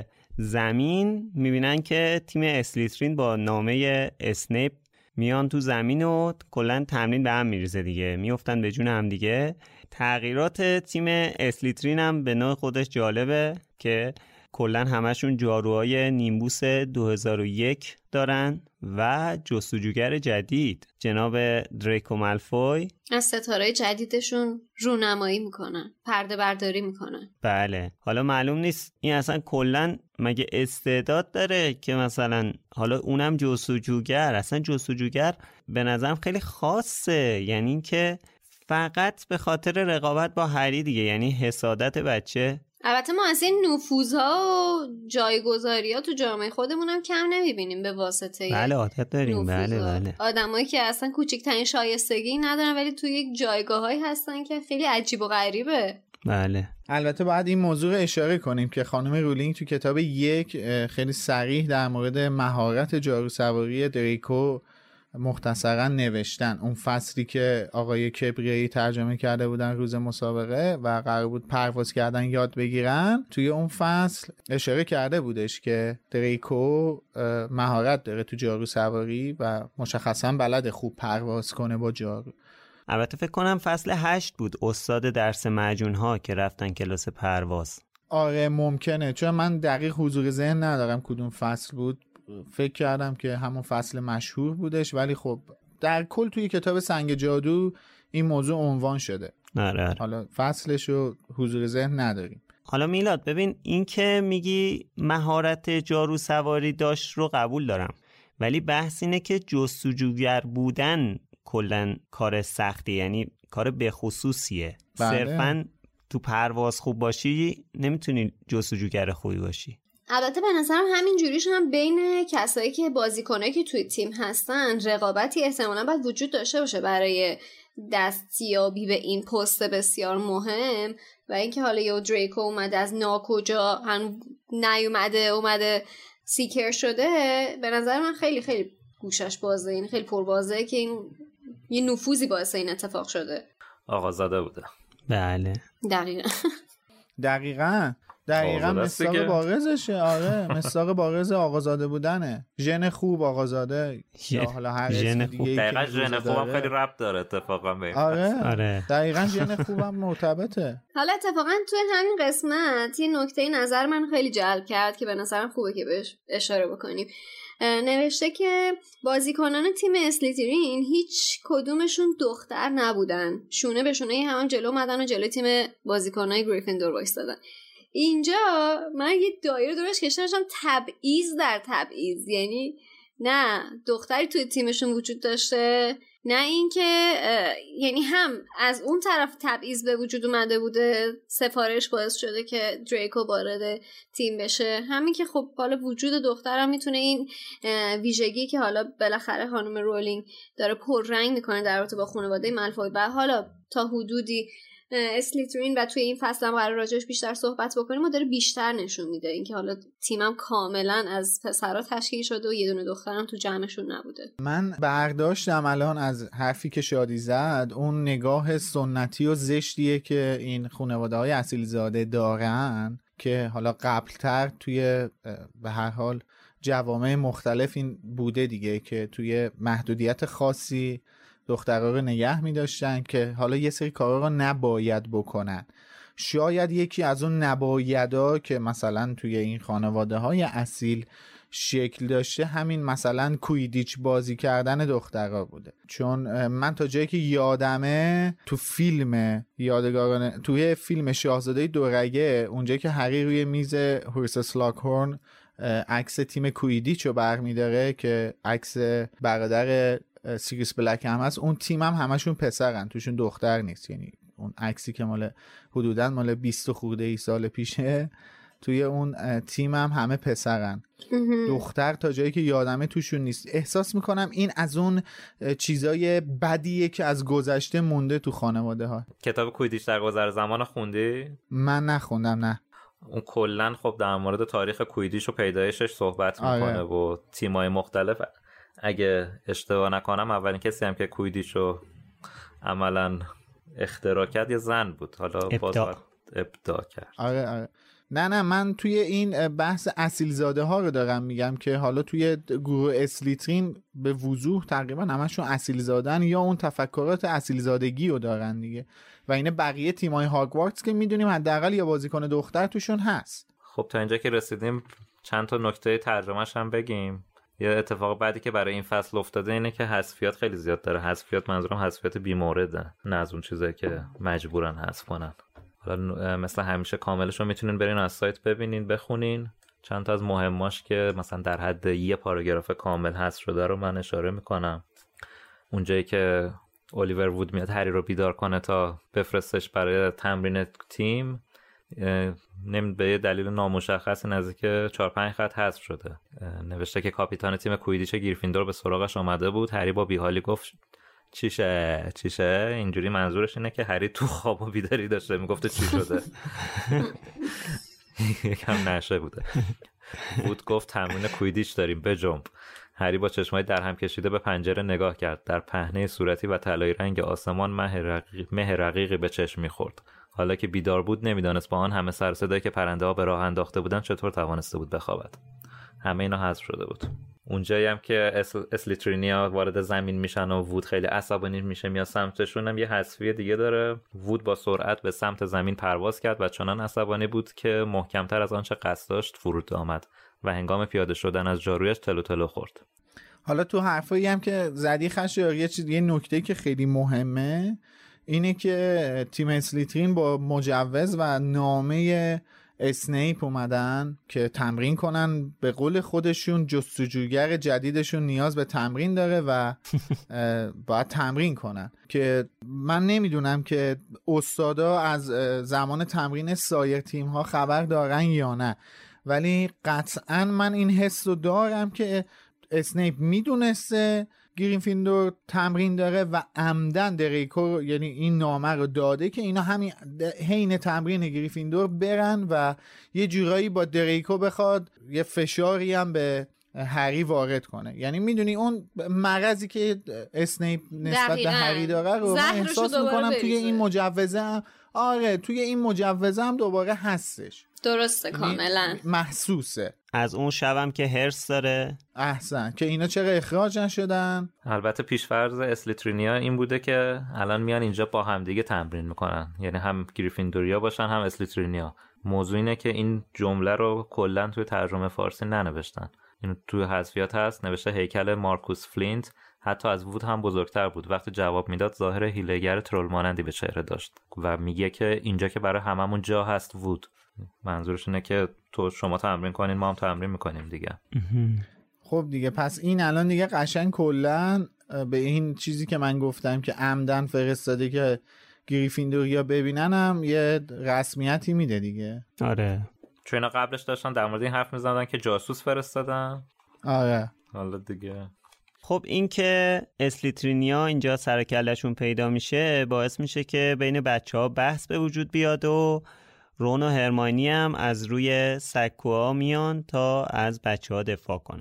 A: زمین، میبینن که تیم اسلیترین با نامه اسنیپ میان تو زمین و کلن تمرین به هم میریزه دیگه، میافتن به جون هم دیگه. تغییرات تیم اسلیترین هم به نوع خودش جالبه که کلن همشون جاروهای نیمبوس دو هزار و یک دارن و جستجوگر جدید جناب دریکو مالفوی
B: از ستاره جدیدشون رونمایی میکنن، پرده برداری میکنن.
A: بله حالا معلوم نیست این اصلا کلن مگه استعداد داره که مثلا حالا اونم جستجوگر، اصلا جستجوگر به نظرم خیلی خاصه، یعنی این که فقط به خاطر رقابت با هری دیگه، یعنی حسادت بچه.
B: البته ما از این نفوذها و جایگذاری‌ها تو جامعه خودمون هم کم نمیبینیم به واسطه
A: بله عادت داریم. بله بله
B: آدمایی که اصلا کوچکترین شایستگی ندارن ولی توی یک جایگاهایی هستن که خیلی عجیب و غریبه.
A: بله
D: البته باید این موضوع اشاره کنیم که خانم رولینگ تو کتاب یک خیلی صریح در مورد مهارت جارو سواری دریکو مختصرا نوشتن. اون فصلی که آقای کبریایی ترجمه کرده بودن روز مسابقه و قرار بود پرواز کردن یاد بگیرن، توی اون فصل اشاره کرده بودش که دریکو مهارت داره تو جارو سواری و مشخصا بلد خوب پرواز کنه با جارو.
A: البته فکر کنم فصل هشت بود، استاد درس معجون‌ها که رفتن کلاس پرواز.
D: آره ممکنه، چون من دقیق حضور ذهن ندارم کدوم فصل بود. فکر کردم که همون فصل مشهور بودش، ولی خب در کل توی کتاب سنگ جادو این موضوع عنوان شده.
A: آره.
D: حالا فصلشو حضور ذهن نداریم.
A: حالا میلاد ببین این که میگی مهارت جارو سواری داشت رو قبول دارم، ولی بحث اینه که جستجوگر بودن کلن کار سختی، یعنی کار بخصوصیه.
D: بله.
A: صرفاً تو پرواز خوب باشی نمیتونی جستجوگر خوبی باشی.
B: البته به نظرم همین جوریش هم بین کسایی که بازیکنایی که توی تیم هستن رقابتی احتمالاً باید وجود داشته باشه برای دستیابی به این پست بسیار مهم. و اینکه حالا یه دریکو اومده از ناکجا هم نیومده اومده سیکر شده، به نظر من خیلی خیلی گوشش بازه، این خیلی پربازه که این یه نفوذی باعث این اتفاق شده.
C: آقازاده بوده.
A: بله
B: دقیقاً
D: دقیقاً دقیقاً مصداق بارزشه. آره مصداق بارز آقازاده بودنه. ژن خوب آقازاده یا حالا هر اسم دیگه.
C: دقیقاً ژن خوبم خیلی ربط داره اتفاقا به این.
D: آره
A: آره
D: دقیقاً ژن خوبم مرتبطه.
B: حالا اتفاقا توی همین قسمت یه نکته نظر من خیلی جلب کرد که به نظرم خوبه که بهش اشاره بکنیم. نوشته که بازیکنان تیم اسلیترین هیچ کدومشون دختر نبودن، شونه به شونه هم جلو اومدن و جلوی تیم بازیکنای گریفیندور وایسادن. اینجا من یه دایره درست کشیده داشتم تبعیض در تبعیض، یعنی نه دختری توی تیمشون وجود داشته، نه اینکه یعنی هم از اون طرف تبعیض به وجود اومده بوده، سفارش باعث شده که دریکو وارد تیم بشه، همین که خب حالا وجود دخترم میتونه این ویژگی که حالا بالاخره خانم رولینگ داره پررنگ میکنه در رابطه با خانواده مالفوی و حالا تا حدودی اسلیترین و توی این فصل هم قرار راجعش بیشتر صحبت بکنیم و داره بیشتر نشون میده اینکه حالا تیمم کاملا از پسرا تشکیل شده و یه دونه دخترم تو جمعشون نبوده.
D: من برداشتم الان از حرفی که شادی زد اون نگاه سنتی و زشتیه که این خانواده های اصیل زاده دارن که حالا قبلتر توی به هر حال جوامع مختلف این بوده دیگه که توی محدودیت خاصی دخترها رو نگه می داشتن که حالا یه سری کارا رو نباید بکنن. شاید یکی از اون نبایدا که مثلا توی این خانواده های اصیل شکل داشته همین مثلا کویدیچ بازی کردن دخترها بوده. چون من تا جایی که یادمه تو فیلم یادگارانه توی فیلم شاهزاده دورگه اونجایی که هری روی میز هورس اسلاکهورن عکس تیم کویدیچ رو برمی‌داره که عکس برادر سیریوس بلک هم هست، اون تیم هم همشون پسرن، توشون دختر نیست. یعنی اون عکسی که مال حدوداً مال بیست خورده ای سال پیشه، توی اون تیم هم همه پسرن، دختر تا جایی که یادمه توشون نیست. احساس میکنم این از اون چیزای بدیه که از گذشته مونده تو خانواده ها.
C: کتاب کویدیچ در گذر زمان خوندی؟
D: من نخوندم. نه،
C: اون کلن خب در مورد تاریخ کویدیچ و پیدایشش صحبت میکنه و تیمای مختلف. اگه اشتباه نکنم اولین کسی هم که کویدیچ رو عملاً اختراع کرد یه زن بود، حالا باز ابداع کرد.
D: آره آره نه نه من توی این بحث اصیل زاده ها رو دارم میگم که حالا توی گروه اسلیترین به وضوح تقریبا همشون اصیل زادن یا اون تفکرات اصیل زادگی رو دارن دیگه. و اینه بقیه تیمای هاگوارتس که میدونیم حداقل یا بازیکن دختر توشون هست.
C: خب تا اینجا که رسیدیم چند تا نکته ترجمه‌ش هم بگیم. یه اتفاق بعدی که برای این فصل افتاده اینه که حذفیات خیلی زیاد داره. حذفیات منظورم حذفیات بی‌مورده، نه از اون چیزایی که مجبورن حذف کنن. حالا مثلا همیشه کاملش رو میتونین برین از سایت ببینین بخونین. چند تا از مهماش که مثلا در حد یه پاراگراف کامل حذف شده رو من اشاره میکنم. اونجایی که الیور وود میاد هری رو بیدار کنه تا بفرستش برای تمرین تیم، نمی به یه دلیل نامشخص نزدیک چهار پنج خط حذف شده. نوشته که کاپیتان تیم کویدیچ گریفیندور به سراغش آمده بود. هری با بیحالی گفت چیشه چیشه. اینجوری منظورش اینه که هری تو خواب و بیداری داشته، میگفته چی شده. یکم نشه بوده. بود گفت تمرین کویدیچ داریم بجنب. هری با چشمای در هم کشیده به پنجره نگاه کرد. در پهنه صورتی و طلایی رنگ آسمان مه رقیق مه رقیقی به چشم می‌خورد. حالا که بیدار بود نمیدانست با آن همه سر صدایی که پرنده‌ها به راه انداخته بودند چطور توانسته بود بخوابد. همه اینا حذف شده بود. اونجایی هم که اسل... اسلیترینیا وارد زمین میشن و وود خیلی عصبانی میشه میاد سمتشون، هم یه حذفی دیگه داره. وود با سرعت به سمت زمین پرواز کرد و چنان عصبانی بود که محکمتر از آنچه قصد داشت فرود آمد و هنگام پیاده شدن از جارویش تلو تلو خورد.
D: حالا تو حرفایی هم که زدی خشایار، یه چیز یه نکته که خیلی مهمه اینه که تیم اسلیترین با مجوز و نامه اسنیپ اومدن که تمرین کنن. به قول خودشون جستجوگر جدیدشون نیاز به تمرین داره و باید تمرین کنن. که من نمیدونم که استادا از زمان تمرین سایر تیم ها خبر دارن یا نه، ولی قطعا من این حس رو دارم که اسنیپ میدونسته گریفیندور تمرین داره و عمدن دریکو یعنی این نامه رو داده که اینا همین حین تمرین گریفیندور برن و یه جورایی با دریکو بخواد یه فشاری هم به هری وارد کنه. یعنی میدونی اون مرضی که اسنیپ نسبت به هری داره رو من احساس میکنم توی این مجوزه هم آره توی این مجوزه هم دوباره هستش.
B: درسته کاملا
D: محسوسه.
A: از اون شبم که هرس داره.
D: احسن که اینا چرا اخراج نشدن.
C: البته پیشفرض اسلیترینیا این بوده که الان میان اینجا با هم دیگه تمرین میکنن، یعنی هم گریفیندوریا باشن هم اسلیترینیا. موضوع اینه که این جمله رو کلا توی ترجمه فارسی ننوشتن. این توی حذفیات هست، نوشته هیکل مارکوس فلینت حتی از وود هم بزرگتر بود. وقتی جواب میداد ظاهر هیله‌گر ترول مانندی به چهره داشت و میگه که اینجا که برای هممون جا هست وود. منظورش اینه که تو شما تمرین کنین ما هم تمرین میکنیم دیگه.
D: خب دیگه پس این الان دیگه قشنگ کلن به این چیزی که من گفتم که عمدن فرستاده که گریفیندوریا ببیننم یه رسمیتی میده دیگه.
A: آره
C: چون اینا قبلش داشتن در مورد این حرف میزدن که جاسوس فرستادن.
D: آره
C: حالا دیگه
A: خب این که اسلیترینیا اینجا سر کله‌شون پیدا میشه باعث میشه که بین بچه‌ها بحث به وجود بیاد و رون و هرماینی هم از روی سکوها میان تا از بچه‌ها دفاع کنن.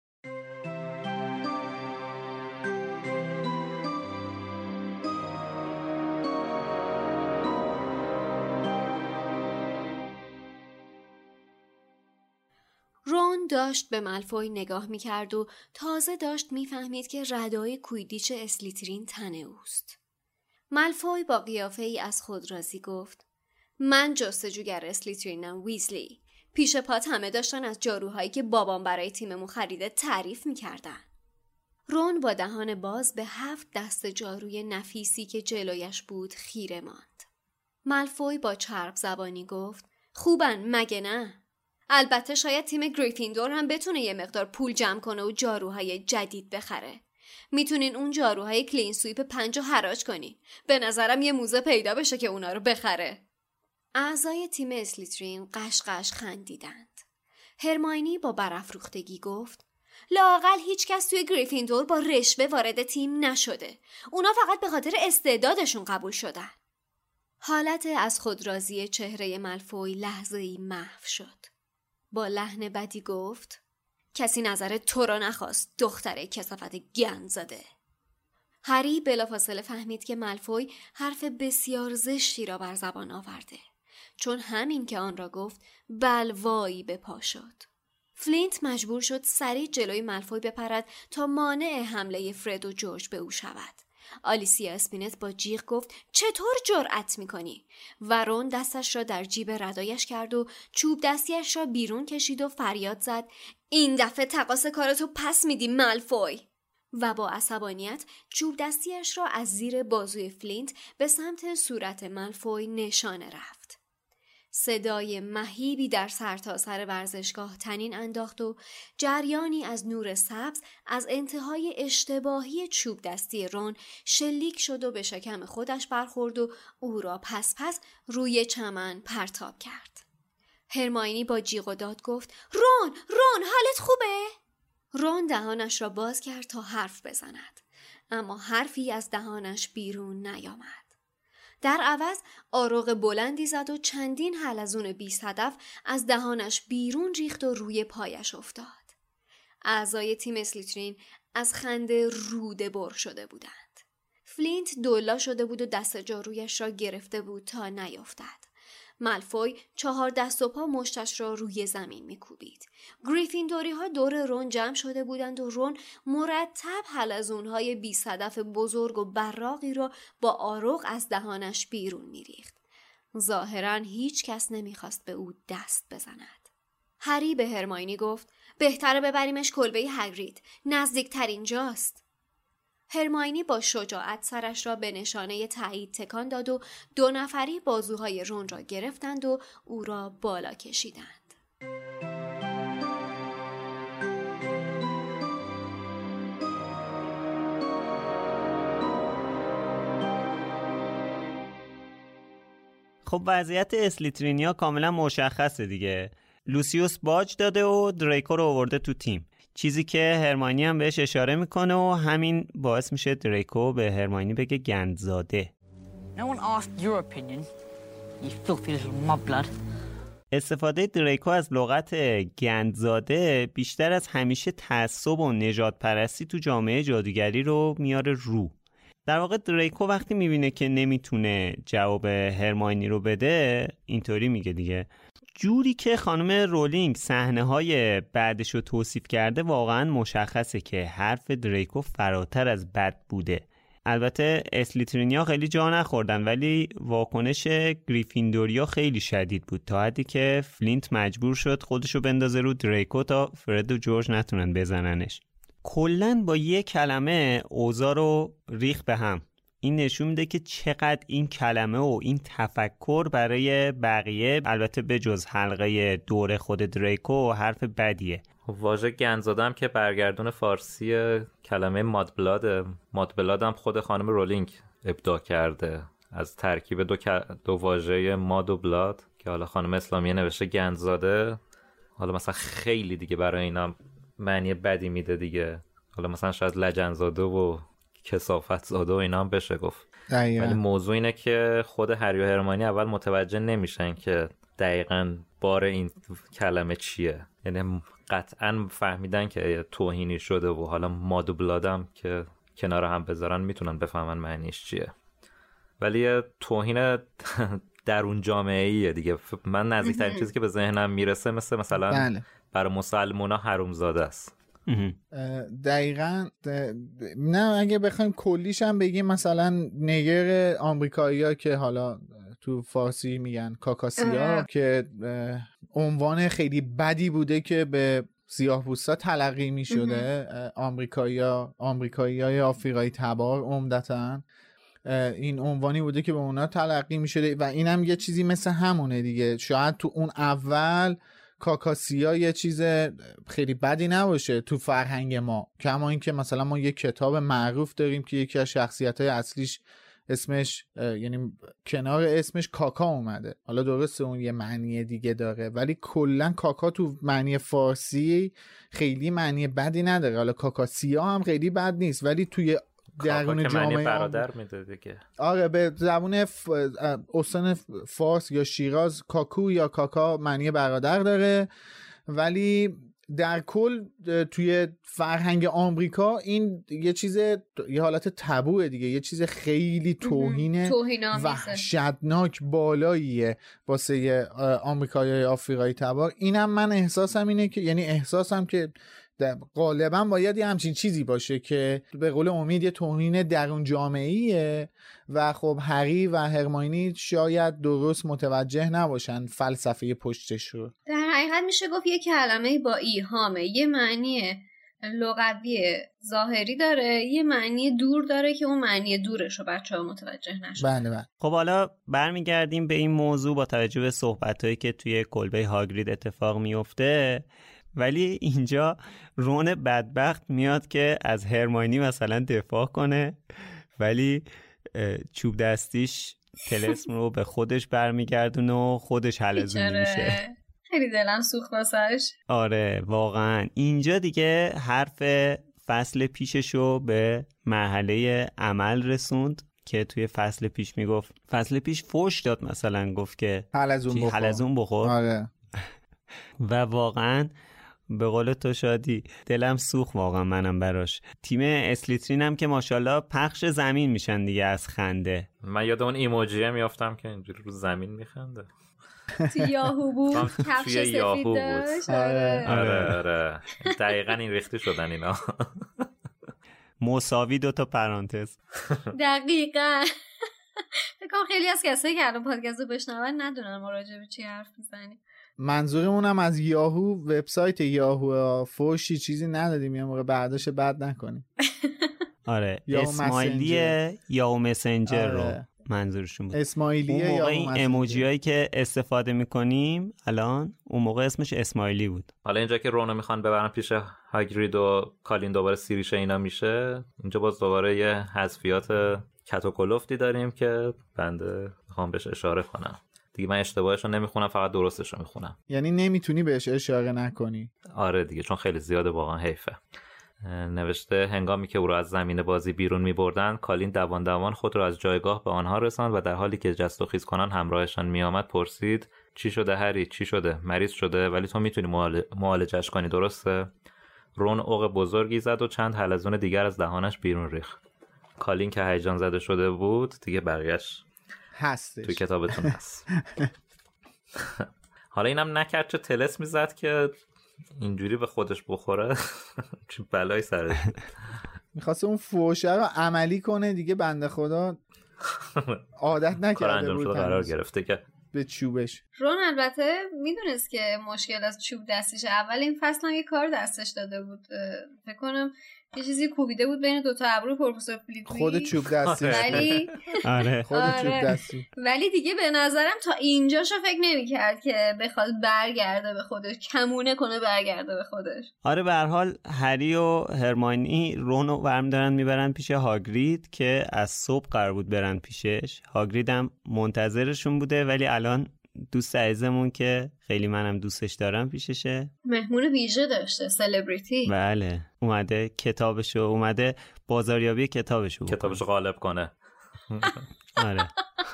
B: رون داشت به مالفوی نگاه میکرد و تازه داشت میفهمید که ردای کویدیچ اسلیترین تن اوست. مالفوی با قیافه ای از خود راضی گفت: من جستجوگر اسلیترینم ویزلی. پیش پات همه داشتن از جاروهایی که بابام برای تیممون خریده تعریف میکردن. رون با دهان باز به هفت دست جاروی نفیسی که جلویش بود خیره ماند. مالفوی با چرب زبانی گفت خوبن مگه نه؟ البته شاید تیم گریفیندور هم بتونه یه مقدار پول جمع کنه و جاروهای جدید بخره. میتونین اون جاروهای کلین سویپ پنجو حراج کنین. به نظرم یه موزه پیدا بشه که اونا رو بخره. اعضای تیم اسلیترین قشقش خندیدند. هرماینی با برافروختگی گفت لااقل هیچ کس توی گریفیندور با رشوه وارد تیم نشده. اونا فقط به خاطر استعدادشون قبول شدن. حالت از خود راضی چهره مالفوی لحظه‌ای محو شد. با لحن بدی گفت کسی نظر تو را نخواست دختره کثافت گند زده. هری بلافاصله فهمید که مالفوی حرف بسیار زشتی را بر زبان آورده، چون همین که آن را گفت بلوایی به پا شد. فلینت مجبور شد سریع جلوی مالفوی بپرد تا مانع حمله فرد و جورج به او شود. آلیسیا اسپینت با جیغ گفت چطور جرأت میکنی؟ و رون دستش را در جیب ردایش کرد و چوب دستیش را بیرون کشید و فریاد زد این دفعه تقاص کارتو پس میدی مالفوی. و با عصبانیت چوب دستیش را از زیر بازوی فلینت به سمت صورت مالفوی نشانه رفت. صدای مهیبی در سرتاسر ورزشگاه تنین انداخت و جریانی از نور سبز از انتهای اشتباهی چوب دستی رون شلیک شد و به شکم خودش برخورد و او را پس پس روی چمن پرتاب کرد. هرماینی با جیغ و داد گفت رون، رون حالت خوبه؟ رون دهانش را باز کرد تا حرف بزند، اما حرفی از دهانش بیرون نیامد. در عوض آروغ بلندی زد و چندین حلزون بی صدف از دهانش بیرون ریخت و روی پایش افتاد. اعضای تیم اسلیترین از خنده روده بر شده بودند. فلینت دولا شده بود و دست جارویش را گرفته بود تا نیفتد. مالفوی چهار دست و پا مشتش را روی زمین میکوبید. گریفیندوری ها دور رون جمع شده بودند و رون مرتب حلزونهای بی صدف بزرگ و براقی را با آروغ از دهانش بیرون میریخت. ظاهراً هیچ کس نمیخواست به او دست بزند. هری به هرماینی گفت بهتره ببریمش کلبه هگرید، نزدیکتر اینجاست. هرماینی با شجاعت سرش را به نشانه تایید تکان داد و دو نفری بازوهای رون را گرفتند و او را بالا کشیدند.
A: خب وضعیت اسلیترینیا کاملا مشخصه دیگه. لوسیوس باج داده و دریکو رو آورده تو تیم، چیزی که هرماینی هم بهش اشاره میکنه و همین باعث میشه دریکو به هرماینی بگه گندزاده.
J: No one asked your opinion, you filthy little mudblood.
A: استفاده دریکو از لغت گندزاده بیشتر از همیشه تعصب و نژاد پرستی تو جامعه جادوگری رو میاره رو. در واقع دریکو وقتی میبینه که نمیتونه جواب هرماینی رو بده اینطوری میگه دیگه جوری که خانم رولینگ صحنه‌های بعدش رو توصیف کرده واقعا مشخصه که حرف دریکو فراتر از بد بوده. البته اسلیترینیا خیلی جا نخوردن ولی واکنش گریفیندوریا خیلی شدید بود تا حدی که فلینت مجبور شد خودشو بندازه رو دریکو تا فرد و جورج نتونن بزننش. کلن با یه کلمه اوضاع رو ریخ به هم. این نشون میده که چقدر این کلمه و این تفکر برای بقیه البته به جز حلقه دور خود دریکو حرف بدیه.
C: واژه گندزاده هم که برگردون فارسی کلمه مادبلاد، مادبلاد هم خود خانم رولینگ ابداع کرده از ترکیب دو, دو واژه ماد و بلاد که حالا خانم اسلامیه نوشته گندزاده. حالا مثلا خیلی دیگه برای اینا معنی بدی میده دیگه، حالا مثلا شاید لجنزاده و کثافت زاده و اینا هم بشه گفت. دقیقا. ولی موضوع اینه که خود هری و هرماینی اول متوجه نمیشن که دقیقاً بار این کلمه چیه، یعنی قطعاً فهمیدن که توهینی شده و حالا ماد و بلادم که کنار هم بذارن میتونن بفهمن معنیش چیه، ولی توهین در اون جامعه ایه دیگه. من نزدیکترین چیزی که به ذهنم میرسه مثل مثلا بله. برای مسلمونا حرومزاده است.
D: دقیقاً. نه اگه بخوایم کلیش هم بگیم مثلا نیگر آمریکایی‌ها که حالا تو فارسی میگن کاکاسیا که عنوان خیلی بدی بوده که به سیاه‌پوستا تلقی میشده، آمریکایی‌ها آمریکایی‌های آفریقایی تبار عمدتاً این عنوانی بوده که به اونا تلقی میشده و اینم یه چیزی مثل همونه دیگه. شاید تو اون اول کاکاسیا یه چیز خیلی بدی نباشه تو فرهنگ ما، کما این که مثلا ما یه کتاب معروف داریم که یکی از شخصیت‌های اصلیش اسمش یعنی کنار اسمش کاکا اومده. حالا درسته اون یه معنی دیگه داره ولی کلا کاکا تو معنی فارسی خیلی معنی بدی نداره. حالا کاکاسیا هم خیلی بد نیست ولی توی درون جامعه
C: برادر میده دیگه.
D: آره به زبون ف... استان فارس یا شیراز کاکو یا کاکا معنی برادر داره، ولی در کل توی فرهنگ آمریکا این یه چیز یه حالت تابوه دیگه، یه چیز خیلی توهین وحشتناک بالاییه واسه آمریکایی آفریقایی تبار. اینم من احساسم اینه که یعنی احساسم که غالبا باید یه همچین چیزی باشه که به قول امید یه توهین درون جامعیه و خب هری و هرماینی شاید درست متوجه نباشن فلسفه پشتش رو.
B: در حقیقت میشه گفت یه کلمه با ایهامه، یه معنی لغوی ظاهری داره، یه معنی دور داره که اون معنی دورش رو بچه‌ها متوجه نشن.
D: بله بله.
A: خب حالا برمیگردیم به این موضوع با توجه به صحبتایی که توی کلبه هاگرید اتفاق میفته، ولی اینجا رون بدبخت میاد که از هرماینی مثلا دفاع کنه ولی چوب دستیش طلسم رو به خودش برمیگردونه و خودش حلزون میشه.
B: خیلی دلم سوخت واسش.
A: آره واقعا اینجا دیگه حرف فصل پیششو به مرحله عمل رسوند که توی فصل پیش میگفت، فصل پیش فوش داد مثلا گفت که
D: حلزون بخور,
A: حلزون بخور.
D: آره.
A: و واقعا به قول تو شادی دلم سوخت واقعا منم براش. تیم اسلیترین هم که ماشاءالله پخش زمین میشن دیگه از خنده.
C: من یادم اون ایموجیه میافتم که اینجوری رو زمین میخنده.
B: تو یاهو بود کفش سفید داشت.
C: آره آره آره دقیقا این ریختی شدن اینا.
A: مساوی دو تا پرانتز.
B: دقیقا. فکر کنم خیلی از کسایی که الان پادکست رو بشنون ندونن ما راجع به چی حرف میزنیم.
D: منظورمون هم از یاهو، وبسایت یاهو، فوشی چیزی ندادیم یه موقع برداشت بد نکنیم.
A: آره اسمایلی یاهو مسنجر رو منظورشون بود.
D: اسمایلی
A: اون موقع
D: این
A: ایموجی هایی که استفاده میکنیم الان اون موقع اسمش اسمایلی بود.
C: حالا اینجا که رونو میخوان ببرن پیش هاگرید و کالین دوباره سیریش اینا میشه، اینجا باز دوباره یه حذفیات کتوکلفتی داریم که بنده میخوام بهش اشاره کنم. دیگه من اشتباهش رو نمیخونم، فقط درستش رو میخونم.
D: یعنی نمیتونی بهش اشاره نکنی؟
C: آره دیگه چون خیلی زیاده واقعا حیفه. نوشته هنگامی که او را از زمین بازی بیرون میبردند کالین دوان دوان خود را از جایگاه به آنها رساند و در حالی که جست و خیز کنان همراهشان میآمد پرسید چی شده هری؟ چی شده؟ مریض شده ولی تو میتونی معال... معالجش کنی درسته؟ رون اوق بزرگی زد و چند حلزون دیگر از دهانش بیرون ریخت. کالین که هیجان زده شده بود دیگه بقیه‌اش
D: هستش
C: توی کتابتون هست. حالا اینم نکرد چه طلسمی زد که اینجوری به خودش بخوره. چه بلایی سرش.
D: میخواسته اون فوشه رو عملی کنه دیگه، بنده خدا عادت نکرده بود
C: قرار گرفته که
D: به چوبش.
B: رون البته میدونست که مشکل از چوب دستیشه. اول این فصل هم یه کار دستش داده بود، فکر کنم یه چیزی کوبیده بود بین دوتا ابرو پروفسور فلیتوی،
D: خود چوب دستی.
B: ولی
A: آره
D: خود چوب دستی.
B: ولی دیگه به نظرم تا اینجاشو فکر نمی‌کرد که بخواد برگرده به خودش، کمونه کنه برگرده به خودش.
A: آره به هر حال هری و هرماینی رون رو برمی‌دارن میبرن پیش هاگرید که از صبح قرار بود برن پیشش. هاگرید هم منتظرشون بوده ولی الان دوست عزیزمون که خیلی منم دوستش دارم پیششه،
B: مهمون ویژه داشته، سلبریتی.
A: بله اومده کتابشو اومده بازاریابی کتابشو
C: کتابشو غالب کنه.
A: آره.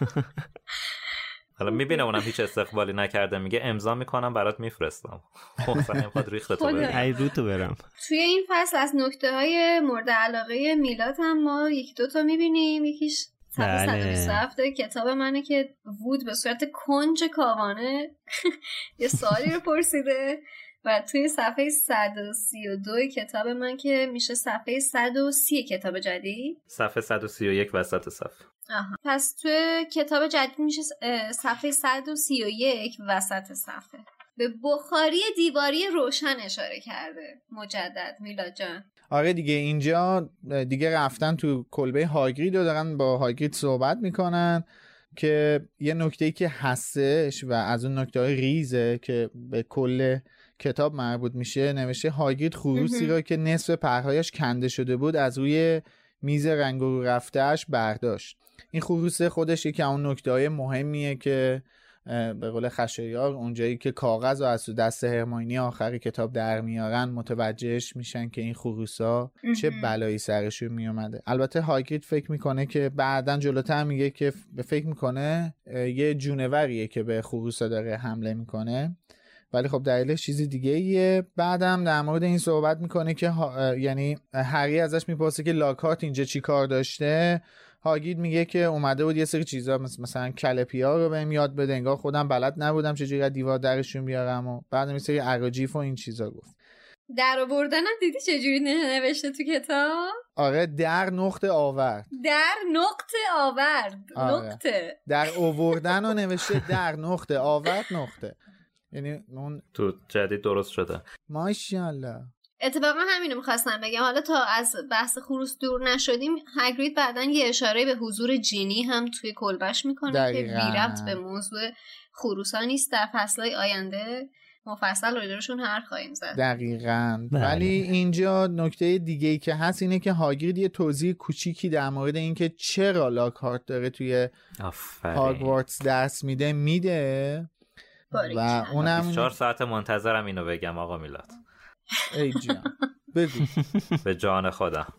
C: حالا میبینه اونم هیچ استقبالی نکرده، میگه امضا میکنم برات میفرستم. خب نمیخواد ریختتو برم.
A: ای رو تو برم.
B: توی این فصل از نکته های مورد علاقه میلاد هم ما یکی دوتا میبینیم. یکیش صفحه صد و بیست و هفت کتاب منه که وود به صورت کنج کاوانه یه سوالی رو پرسیده و توی صفحه صد و سی و دو کتاب من که میشه صفحه صد و سی کتاب جدید،
C: صفحه صد و سی و یک وسط صفحه.
B: آها. پس تو کتاب جدید میشه صفحه صد و سی و یک وسط صفحه به بخاری دیواری روشن اشاره کرده مجدد. میلاد جان
D: آره دیگه اینجا دیگه رفتن تو کلبه هاگرید و دارن با هاگرید صحبت میکنن که یه نکته‌ای که هستش و از اون نکته‌های ریزه که به کل کتاب مربوط میشه، نوشته هاگرید خروسی را که نصف پرهایش کنده شده بود از روی میز رنگ رو رفتهش برداشت. این خروس خودش یکی اون نکته‌های مهمیه که به قول خشایار اونجایی که کاغذ رو از دست هرمیونی آخر کتاب در میارن متوجهش میشن که این خروسا چه بلایی سرشون میومده. البته هاگرید فکر میکنه که بعدن جلوتر میگه که فکر میکنه یه جونوریه که به خروسا داره حمله میکنه، ولی خب دلیلش چیزی دیگه ایه. بعدم در مورد این صحبت میکنه که ها... یعنی هری ازش میپرسه که لاکارت اینجا چی کار داشته. هاگرید میگه که اومده بود یه سری چیزا مثلا کلپیا رو بهم یاد بده، انگار خودم بلد نبودم چجوری از دیوار درشون بیارم و بعد یه سری اراجیف و این چیزا گفت.
B: در آوردنم دیدی چجوری نوشته تو کتاب؟
D: آره در نقطه آورد.
B: در نقطه آورد.
D: آره.
B: نقطه.
D: در آوردن رو نوشته در نقطه آورد نقطه. یعنی اون
C: تو جدید درست شده.
D: ماشاءالله.
B: اتفاقا همینو میخواستم بگم. حالا تا از بحث خروس دور نشدیم، هاگرید بعدن یه اشاره به حضور جینی هم توی کلبش میکنه که بی ربط به موضوع خروسا نیست. در فصلهای آینده مفصل راجعشون حرف خواهیم زد.
D: دقیقاً. ولی اینجا نکته دیگه ای که هست اینه که هاگرید یه توضیح کوچیکی در مورد اینکه چرا لاکارت داره توی هاگوارتس درس میده میده و اونم
C: بیست و چهار ساعت منتظرم اینو بگم آقا میلاد.
D: ای جان بگو.
C: به جان خودم.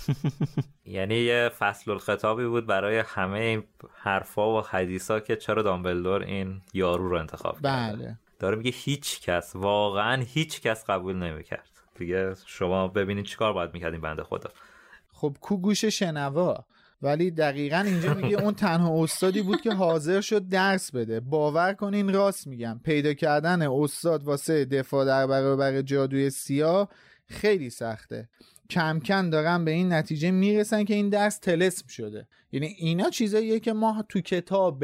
C: یعنی یه فصل الخطابی بود برای همه حرفا و حدیثا که چرا دامبلدور این یارو رو انتخاب کرده.
D: بله.
C: داره میگه هیچ کس، واقعا هیچ کس قبول نمیکرد. دیگه شما ببینید چیکار باید میکردین بنده خدا.
D: خب کو گوش شنوا. ولی دقیقاً اینجا میگه اون تنها استادی بود که حاضر شد درس بده. باور کنین راست میگم، پیدا کردن استاد واسه دفاع در برابر جادوی سیاه خیلی سخته. کم کم دارن به این نتیجه میرسن که این درس طلسم شده. یعنی اینا چیزاییه که ما تو کتاب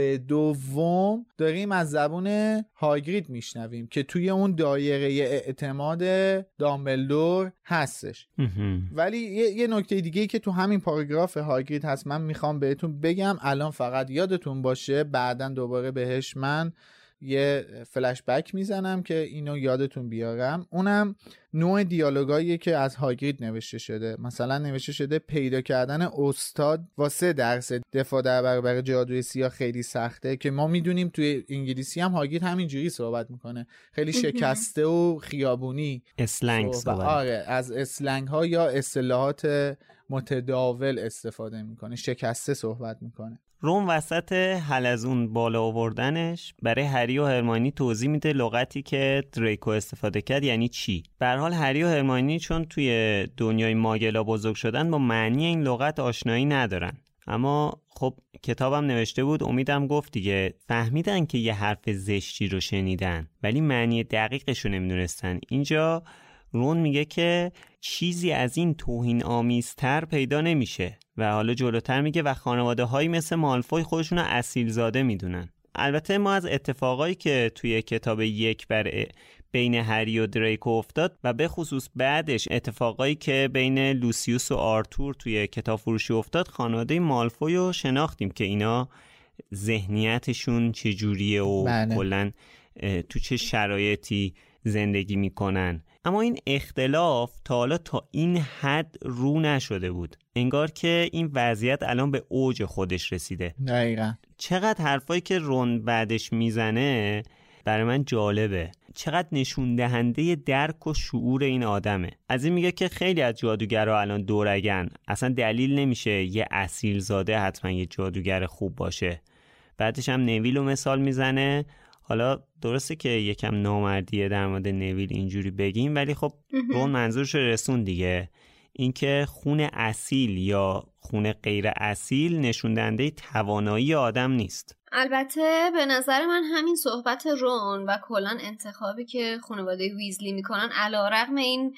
D: دوم داریم از زبون هاگرید میشنویم که توی اون دایره اعتماد دامبلدور هستش. ولی یه, یه نکته دیگه‌ای که تو همین پاراگراف هاگرید هست من میخوام بهتون بگم الان، فقط یادتون باشه بعدن دوباره بهش من یه فلش بک میزنم که اینو یادتون بیارم. اونم نوع دیالوگایی که از هاگرید نوشته شده. مثلا نوشته شده پیدا کردن استاد واسه درس دفاع در برابر جادوی سیاه خیلی سخته، که ما میدونیم توی انگلیسی هم هاگرید همینجوری صحبت میکنه، خیلی شکسته و خیابونی
A: اسلنگ صحبت.
D: آره از اسلنگ ها یا اصطلاحات متداول استفاده میکنه، شکسته صحبت میکنه.
A: رون وسط حلزون بالا آوردنش برای هری و هرمیونی توضیح میده لغتی که دریکو استفاده کرد یعنی چی. به هر حال هری و هرمیونی چون توی دنیای ماگلا بزرگ شدن با معنی این لغت آشنایی ندارن، اما خب کتابم نوشته بود، امیدم گفت دیگه، فهمیدن که یه حرف زشتی رو شنیدن ولی معنی دقیقش رو نمیدونستن. اینجا رون میگه که چیزی از این توهین آمیزتر پیدا نمیشه و حالا جلوتر میگه و خانواده هایی مثل مالفوی خودشون رو اصیل زاده میدونن. البته ما از اتفاقایی که توی کتاب یک بر بین هری و دریکو افتاد و به خصوص بعدش اتفاقایی که بین لوسیوس و آرتور توی کتاب فروشی افتاد، خانواده مالفوی رو شناختیم که اینا ذهنیتشون چجوریه و کلن تو چه شرایطی زندگی میکنن. اما این اختلاف تا حالا تا این حد رو نشده بود. انگار که این وضعیت الان به اوج خودش رسیده.
D: دقیقاً.
A: چقدر حرفایی که رون بعدش میزنه برای من جالبه. چقدر نشون دهنده درک و شعور این آدمه. از این میگه که خیلی از جادوگرها الان دورگن، اصلا دلیل نمیشه یه اصیل زاده حتما یه جادوگر خوب باشه. بعدش هم نویل رو مثال میزنه. حالا درسته که یکم نامردیه در مورد نویل اینجوری بگیم، ولی خب رون منظورش رسون دیگه. اینکه خون اصیل یا خون غیر اصیل نشون دهنده توانایی آدم نیست.
B: البته به نظر من همین صحبت رون و کلان انتخابی که خانواده ویزلی میکنن علیرغم این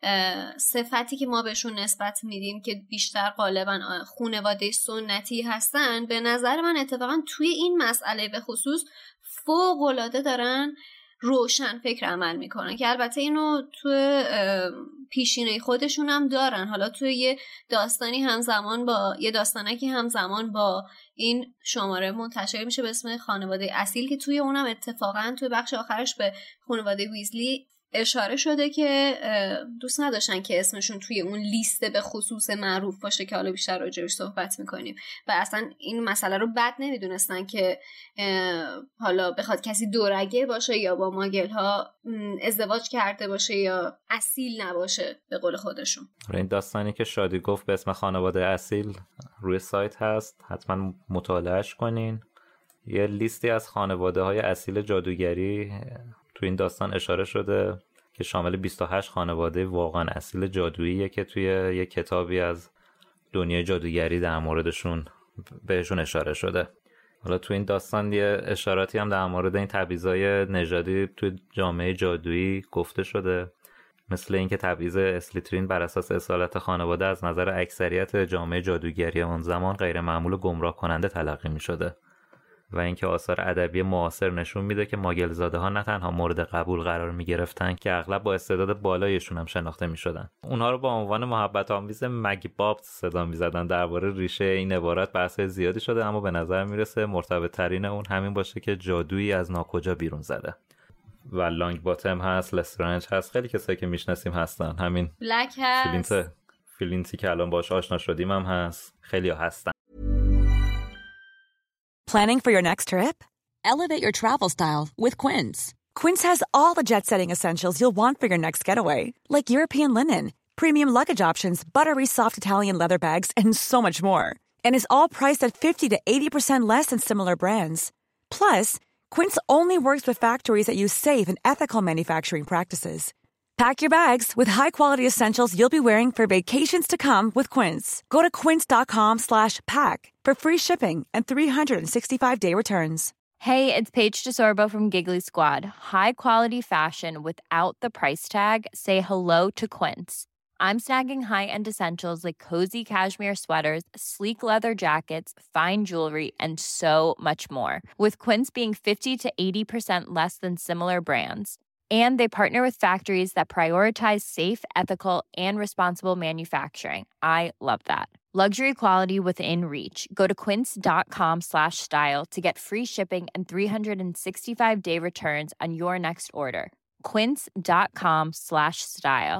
B: صفتی که ما بهشون نسبت میدیم که بیشتر غالبا خانواده سنتی هستن، به نظر من اتفاقا توی این مسئله به خصوص فوق‌العاده دارن روشن فکر عمل میکنن که البته اینو توی پیشینه خودشون هم دارن. حالا توی یه داستانی همزمان با یه داستانکی همزمان با این شماره منتشر میشه به اسم خانواده اصیل که توی اونم اتفاقا توی بخش آخرش به خانواده ویزلی اشاره شده که دوست نداشتن که اسمشون توی اون لیست به خصوص معروف باشه که حالا بیشتر راجعش صحبت میکنیم و اصلا این مسئله رو بد نمیدونستن که حالا بخواد کسی دورگه باشه یا با ماگل ها ازدواج کرده باشه یا اصیل نباشه به قول خودشون.
C: این داستانی که شادی گفت به اسم خانواده اصیل روی سایت هست، حتما مطالعهش کنین. یه لیستی از خانواده های اصیل جادوگری تو این داستان اشاره شده که شامل بیست و هشت خانواده واقعا اصیل جادوییه که توی یک کتابی از دنیای جادوگری در موردشون بهشون اشاره شده. حالا تو این داستان یه اشاراتی هم در مورد این تبعیض‌های نژادی توی جامعه جادویی گفته شده، مثل اینکه تبعیض اسلیترین بر اساس اصالت خانواده از نظر اکثریت جامعه جادوگری اون زمان غیر معمول و گمراه کننده تلقی می شده و اینکه آثار ادبی معاصر نشون میده که ماگل زاده ها نه تنها مورد قبول قرار می گرفتن که اغلب با استعداد بالایشون هم شناخته می شدن. اونها رو با عنوان محبت آمیز مگی بابت صدا می زدن. درباره ریشه این عبارت بحث زیادی شده، اما به نظر میرسه مرتبط ترین اون همین باشه که جادویی از ناکجا بیرون زده. و لانگ باتم هست، لسترنج هست، خیلی کسایی که میشناسیم هستن. همین
B: بلک هست،
C: فلینت فلینتی که الان باهاش آشنا شدیم هم هست. خیلی ها هستن.
K: Planning for your next trip? Elevate your travel style with Quince. Quince has all the jet-setting essentials you'll want for your next getaway, like European linen, premium luggage options, buttery soft Italian leather bags, and so much more. And is all priced at fifty to eighty percent less than similar brands. Plus, Quince only works with factories that use safe and ethical manufacturing practices. Pack your bags with high-quality essentials you'll be wearing for vacations to come with Quince. Go to quince.com slash pack for free shipping and three sixty-five day returns.
L: Hey, it's Paige DeSorbo from Giggly Squad. High-quality fashion without the price tag. Say hello to Quince. I'm snagging high-end essentials like cozy cashmere sweaters, sleek leather jackets, fine jewelry, and so much more. With Quince being fifty to eighty percent less than similar brands. And they partner with factories that prioritize safe, ethical, and responsible manufacturing. I love that. Luxury quality within reach. Go to quince.com slash style to get free shipping and three sixty-five day returns on your next order. Quince.com slash style.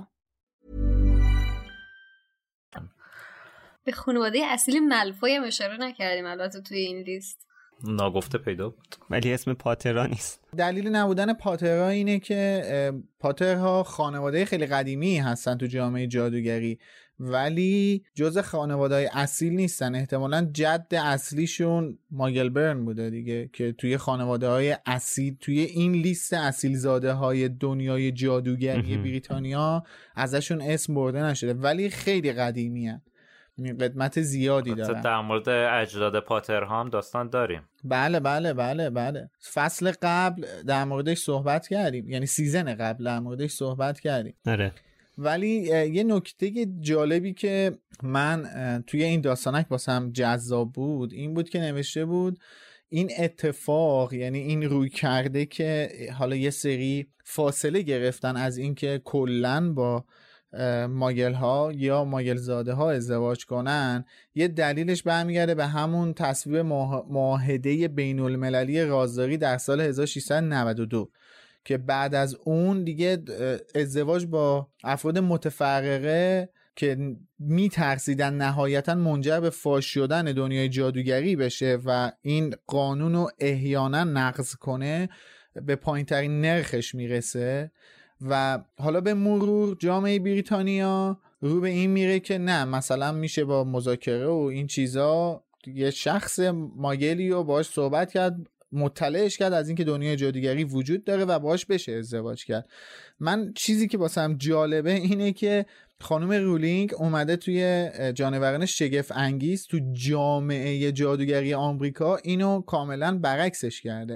B: به خانواده اصیل مالفوی هم اشاره نکردیم البته توی این لیست.
C: ناگفته پیدا بود
A: ولی اسم پاترها نیست.
D: دلیل نبودن پاترها اینه که پاترها خانواده خیلی قدیمی هستن تو جامعه جادوگری، ولی جز خانواده‌های اصیل نیستن. احتمالاً جد اصلیشون ماگل برن بوده دیگه که توی خانواده‌های اصیل، توی این لیست اصیل زاده‌های دنیای جادوگری بریتانیا ازشون اسم برده نشده، ولی خیلی قدیمی هستن. قدمت زیادی دارن.
C: در مورد اجداد پاترها هم داستان داریم.
D: بله بله بله بله فصل قبل در موردش صحبت کردیم، یعنی سیزن قبل در موردش صحبت کردیم.
A: آره.
D: ولی یه نکته جالبی که من توی این داستانک واسم جذاب بود این بود که نوشته بود این اتفاق، یعنی این روی کرده که حالا یه سری فاصله گرفتن از اینکه کلن با ماگل ها یا ماگل زاده ها ازدواج کنن، یه دلیلش برمیگرده به همون تصویب معاهده بین المللی رازداری در سال هزار و ششصد و نود و دو که بعد از اون دیگه ازدواج با افراد متفرقه که میترسیدن نهایتا منجر به فاش شدن دنیای جادوگری بشه و این قانون رو احیانا نقض کنه به پایین ترین نرخش میرسه. و حالا به مرور جامعه بریتانیا رو به این میره که نه، مثلا میشه با مذاکره و این چیزا یه شخص ماگلی رو باهاش صحبت کرد، مطلعش کرد از اینکه دنیای جادوگری وجود داره و باهاش بشه ازدواج کرد. من چیزی که واسم جالبه اینه که خانم رولینگ اومده توی جانوران شگفت انگیز تو جامعه جادوگری آمریکا اینو کاملا برعکسش کرده.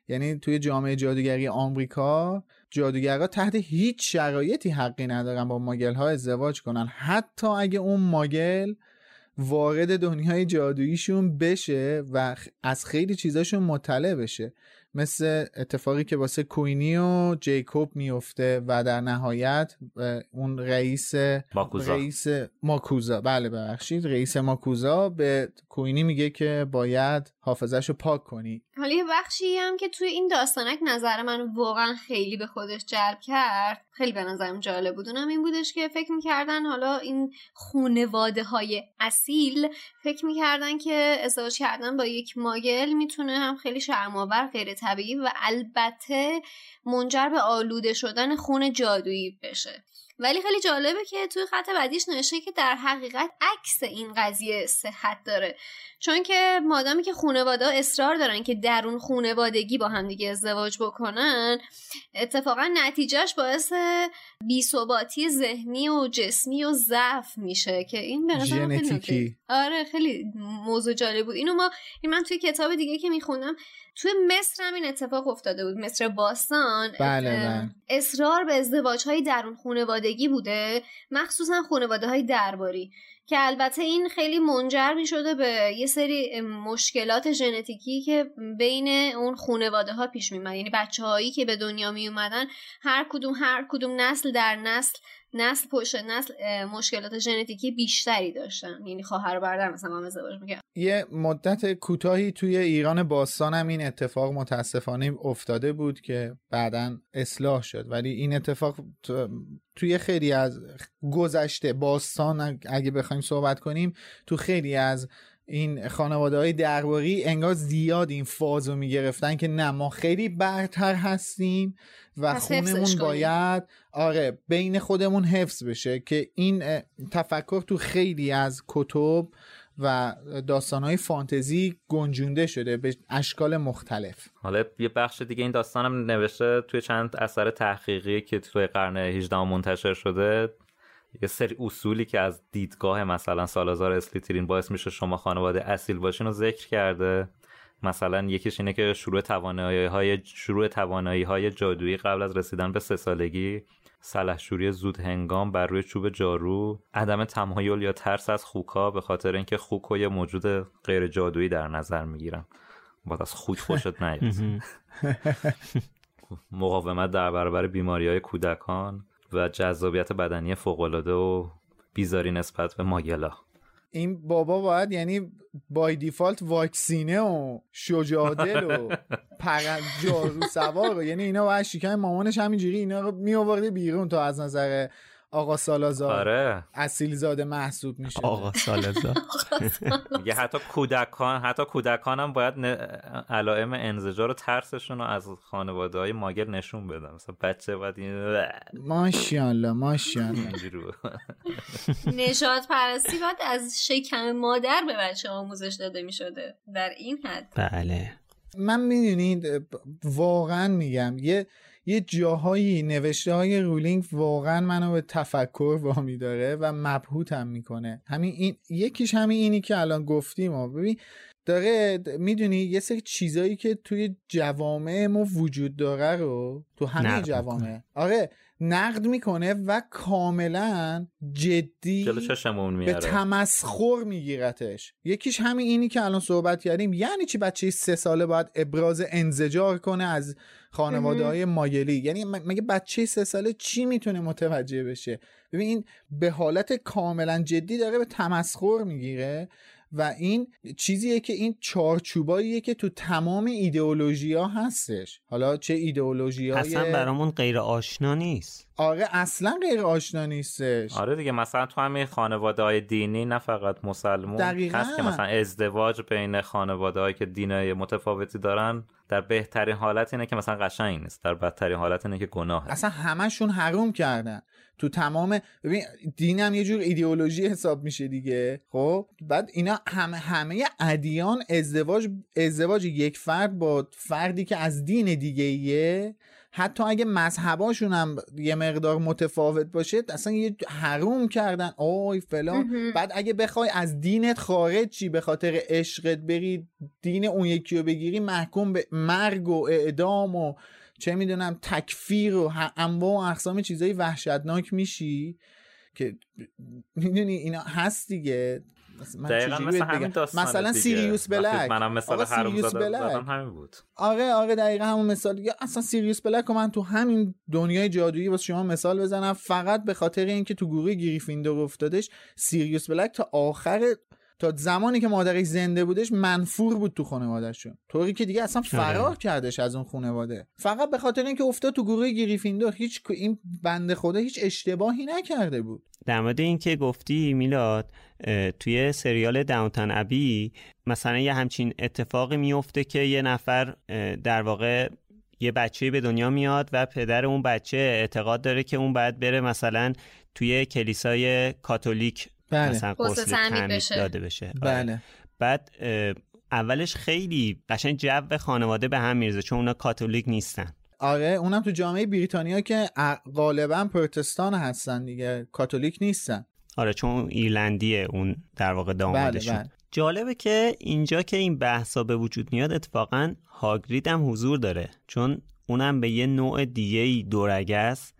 D: یعنی توی جامعه جادوگری آمریکا جادوگرها تحت هیچ شرایطی حقی ندارن با ماگل‌ها ازدواج کنن، حتی اگه اون ماگل وارد دنیای جادوییشون بشه و از خیلی چیزاشون مطلع بشه، مثل اتفاقی که واسه کوینی و جیکوب میفته و در نهایت اون رئیس
C: ماکوزا
D: رئیس ماکوزا بله ببخشید رئیس ماکوزا به کوینی میگه که باید حافظه‌شو پاک کنی.
B: حالا یه بخشی هم که توی این داستانک نظر من واقعا خیلی به خودش جلب کرد، خیلی به نظرم جالب بود، اونم این بودش که فکر میکردن حالا این خانواده های اصیل فکر میکردن که ازدواج کردن با یک ماگل میتونه هم خیلی شرم‌آور، غیر طبیعی و البته منجر به آلوده شدن خون جادویی بشه. ولی خیلی جالبه که توی خط بعدیش نوشته که در حقیقت عکس این قضیه صحت داره، چون که مادامی که خانواده ها اصرار دارن که درون خانوادگی با هم دیگه ازدواج بکنن، اتفاقا نتیجهش باعث بی‌ثباتی ذهنی و جسمی و ضعف میشه که این به نظر من خیلی آره خیلی موضوع جالب بود. اینو ما این من توی کتاب دیگه که میخوندم توی مصر هم این اتفاق افتاده بود، مصر باستان.
D: بله بله.
B: اصرار به ازدواج‌های درون خانوادگی بوده، مخصوصا خانواده‌های درباری، که البته این خیلی منجر می شده به یه سری مشکلات ژنتیکی که بین اون خانواده ها پیش می اومد. یعنی بچه هایی که به دنیا می اومدن هر کدوم هر کدوم نسل در نسل نسل پشت نسل مشکلات ژنتیکی بیشتری داشتن، یعنی خواهر و برادر مثلا هم ازدواج میکنن.
D: یه مدت کوتاهی توی ایران باستان هم این اتفاق متاسفانه افتاده بود که بعداً اصلاح شد، ولی این اتفاق توی خیلی از گذشته باستان اگه بخوایم صحبت کنیم تو خیلی از این خانواده‌های درباری انگار زیاد این فازو میگرفتن که نه ما خیلی برتر هستیم و خونمون باید آره بین خودمون حفظ بشه، که این تفکر تو خیلی از کتب و داستان‌های فانتزی گنجونده شده به اشکال مختلف.
C: حالا یه بخش دیگه این داستانم نوشته توی چند اثر تحقیقی که توی قرن هجدهم منتشر شده، یه سری اصولی که از دیدگاه مثلا سالازار اسلیترین باعث میشه شما خانواده اصیل باشین رو ذکر کرده. مثلا یکیش اینه که شروع توانایی‌های شروع توانایی‌های جادویی قبل از رسیدن به سه سالگی، سلحشوری زود هنگام بر روی چوب جارو، عدم تمایل یا ترس از خوک‌ها به خاطر اینکه خوک رو یه موجود غیر جادویی در نظر میگیرن، باید از خوک خوشت نیاد، مقاومت در برابر بیماری‌های کودکان و جذابیت بدنی فوق‌العاده و بیزاری نسبت به ماگلا.
D: این بابا باید یعنی بای دیفالت واکسینه و شجاعدل و پرند جارو سوار و یعنی اینا باید شکم مامانش همینجوری اینا رو می آورده بیرون تا از نظر آقا سالازار
C: آره.
D: اصیل زاده محسوب میشه.
A: آقا سالازار
C: میگه حتی کودکان حتی کودکان هم باید ن... علائم انزجار و ترسشون رو از خانواده‌های ماگل نشون بدن. مثلا بچه باید این
D: ماشاءالله ماشاءالله
B: نژاد پرستی باید از شکم مادر به بچه آموزش داده میشده در این حد.
A: بله
D: من میدونید واقعا میگم یه یه جاهایی نوشته های رولینگ واقعا منو به تفکر وامی داره و مبهوتم میکنه. همین این یکیش همین اینی که الان گفتیم ها. ببین داره میدونی یه سری چیزایی که توی جوامع ما وجود داره رو تو همه جوامع آره نقد میکنه و کاملا جدی
C: جلو چشمون میاره،
D: به تمسخر میگیرتش. یکیش همین اینی که الان صحبت کردیم، یعنی چی بچه سه ساله باید ابراز انزجار کنه از خانواده های ماگلی؟ یعنی مگه بچه سه ساله چی میتونه متوجه بشه؟ ببین این به حالت کاملا جدی داره به تمسخر میگیره و این چیزیه که این چارچوباییه که تو تمام ایدئولوژی ها هستش. حالا چه ایدئولوژی های
A: اصلا برامون غیر آشنا نیست.
D: آره اصلا غیر آشنا نیستش.
C: آره دیگه مثلا تو همین خانواده های دینی نه فقط مسلمون
D: دقیقاً.
C: هست که مثلا ازدواج بین خانواده هایی که دینای متفاوتی دارن در بهترین حالت اینه که مثلا قشنگ نیست، در بدترین حالت اینه که گناهه.
D: اصلا همشون حروم کردن تو تمام. ببین دین هم یه جور ایدئولوژی حساب میشه دیگه. خب بعد اینا همه همه ادیان ازدواج ازدواج یک فرد با فردی که از دین دیگه ایه حتی اگه مذهباشون هم یه مقدار متفاوت باشه اصلا یه حروم کردن آی فلان. بعد اگه بخوای از دینت خارج چی به خاطر عشقت بری دین اون یکی رو بگیری محکوم به مرگ و اعدام و چه میدونم تکفیر و انواع و اقسام چیزای وحشتناک میشی که میدونی اینا هست دیگه.
C: دقیقاً مثل همین داستانه
D: مثلا سیریوس بلک،
C: منم مثلا حروم زدم همین بود.
D: آره آره دقیقاً همون مثال دیگه. اصلا سیریوس بلک رو من تو همین دنیای جادویی واسه شما مثال بزنم فقط به خاطر اینکه تو گروه گریفیندور افتادش. سیریوس بلک تا آخر تا زمانی که مادرش زنده بودش منفور بود تو خانواده‌شون، طوری که دیگه اصلا فرار کردش از اون خانواده فقط به خاطر اینکه افتاد تو گروه گریفیندور. هیچ این بنده خدا هیچ اشتباهی نکرده بود.
A: در مورد این که گفتی میلاد، توی سریال داونتون ابی مثلا یه همچین اتفاقی میفته که یه نفر در واقع یه بچه‌ای به دنیا میاد و پدر اون بچه اعتقاد داره که اون باید بره مثلا توی کلیسای کاتولیک
D: بله.
A: مثلا غسل تعمید داده بشه.
D: بله.
A: بعد اولش خیلی قشنگ جو خانواده به هم میرزه چون اونا کاتولیک نیستن.
D: آره اونم تو جامعه بریتانیا که غالبا پروتستان هستن دیگه، کاتولیک نیستن.
A: آره چون ایرلندیه اون در واقع دامادشون.
D: بله بله.
A: جالبه که اینجا که این بحثا به وجود میاد اتفاقا هاگرید هم حضور داره چون اونم به یه نوع دیگه‌ای دورگه است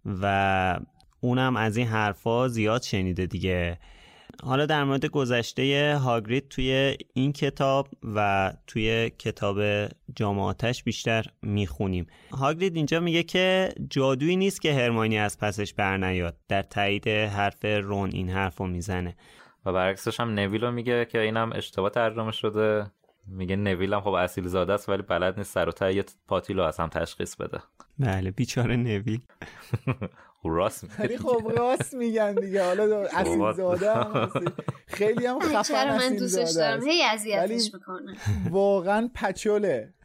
A: و اونم از این حرفا زیاد شنیده دیگه. حالا در مورد گذشته هاگرید توی این کتاب و توی کتاب جامعاتش بیشتر میخونیم. هاگرید اینجا میگه که جادویی نیست که هرماینی از پسش بر نیاد. در تایید حرف رون این حرفو میزنه
C: و برعکسش هم نویل رو میگه که اینم اشتباه ترجمه شده. میگه نویل هم خب اصیل زاده است ولی بلد نیست سر و ته یه پاتیلو از هم تشخیص بده.
A: بله بیچاره نویل.
C: راست میگه.
D: خب راست میگن دیگه. حالا اصیل زاده هم خیلی هم خفن اصیل زاده.
B: من دوستش دارم هی اذیتش میکنه.
D: واقعا پچوله.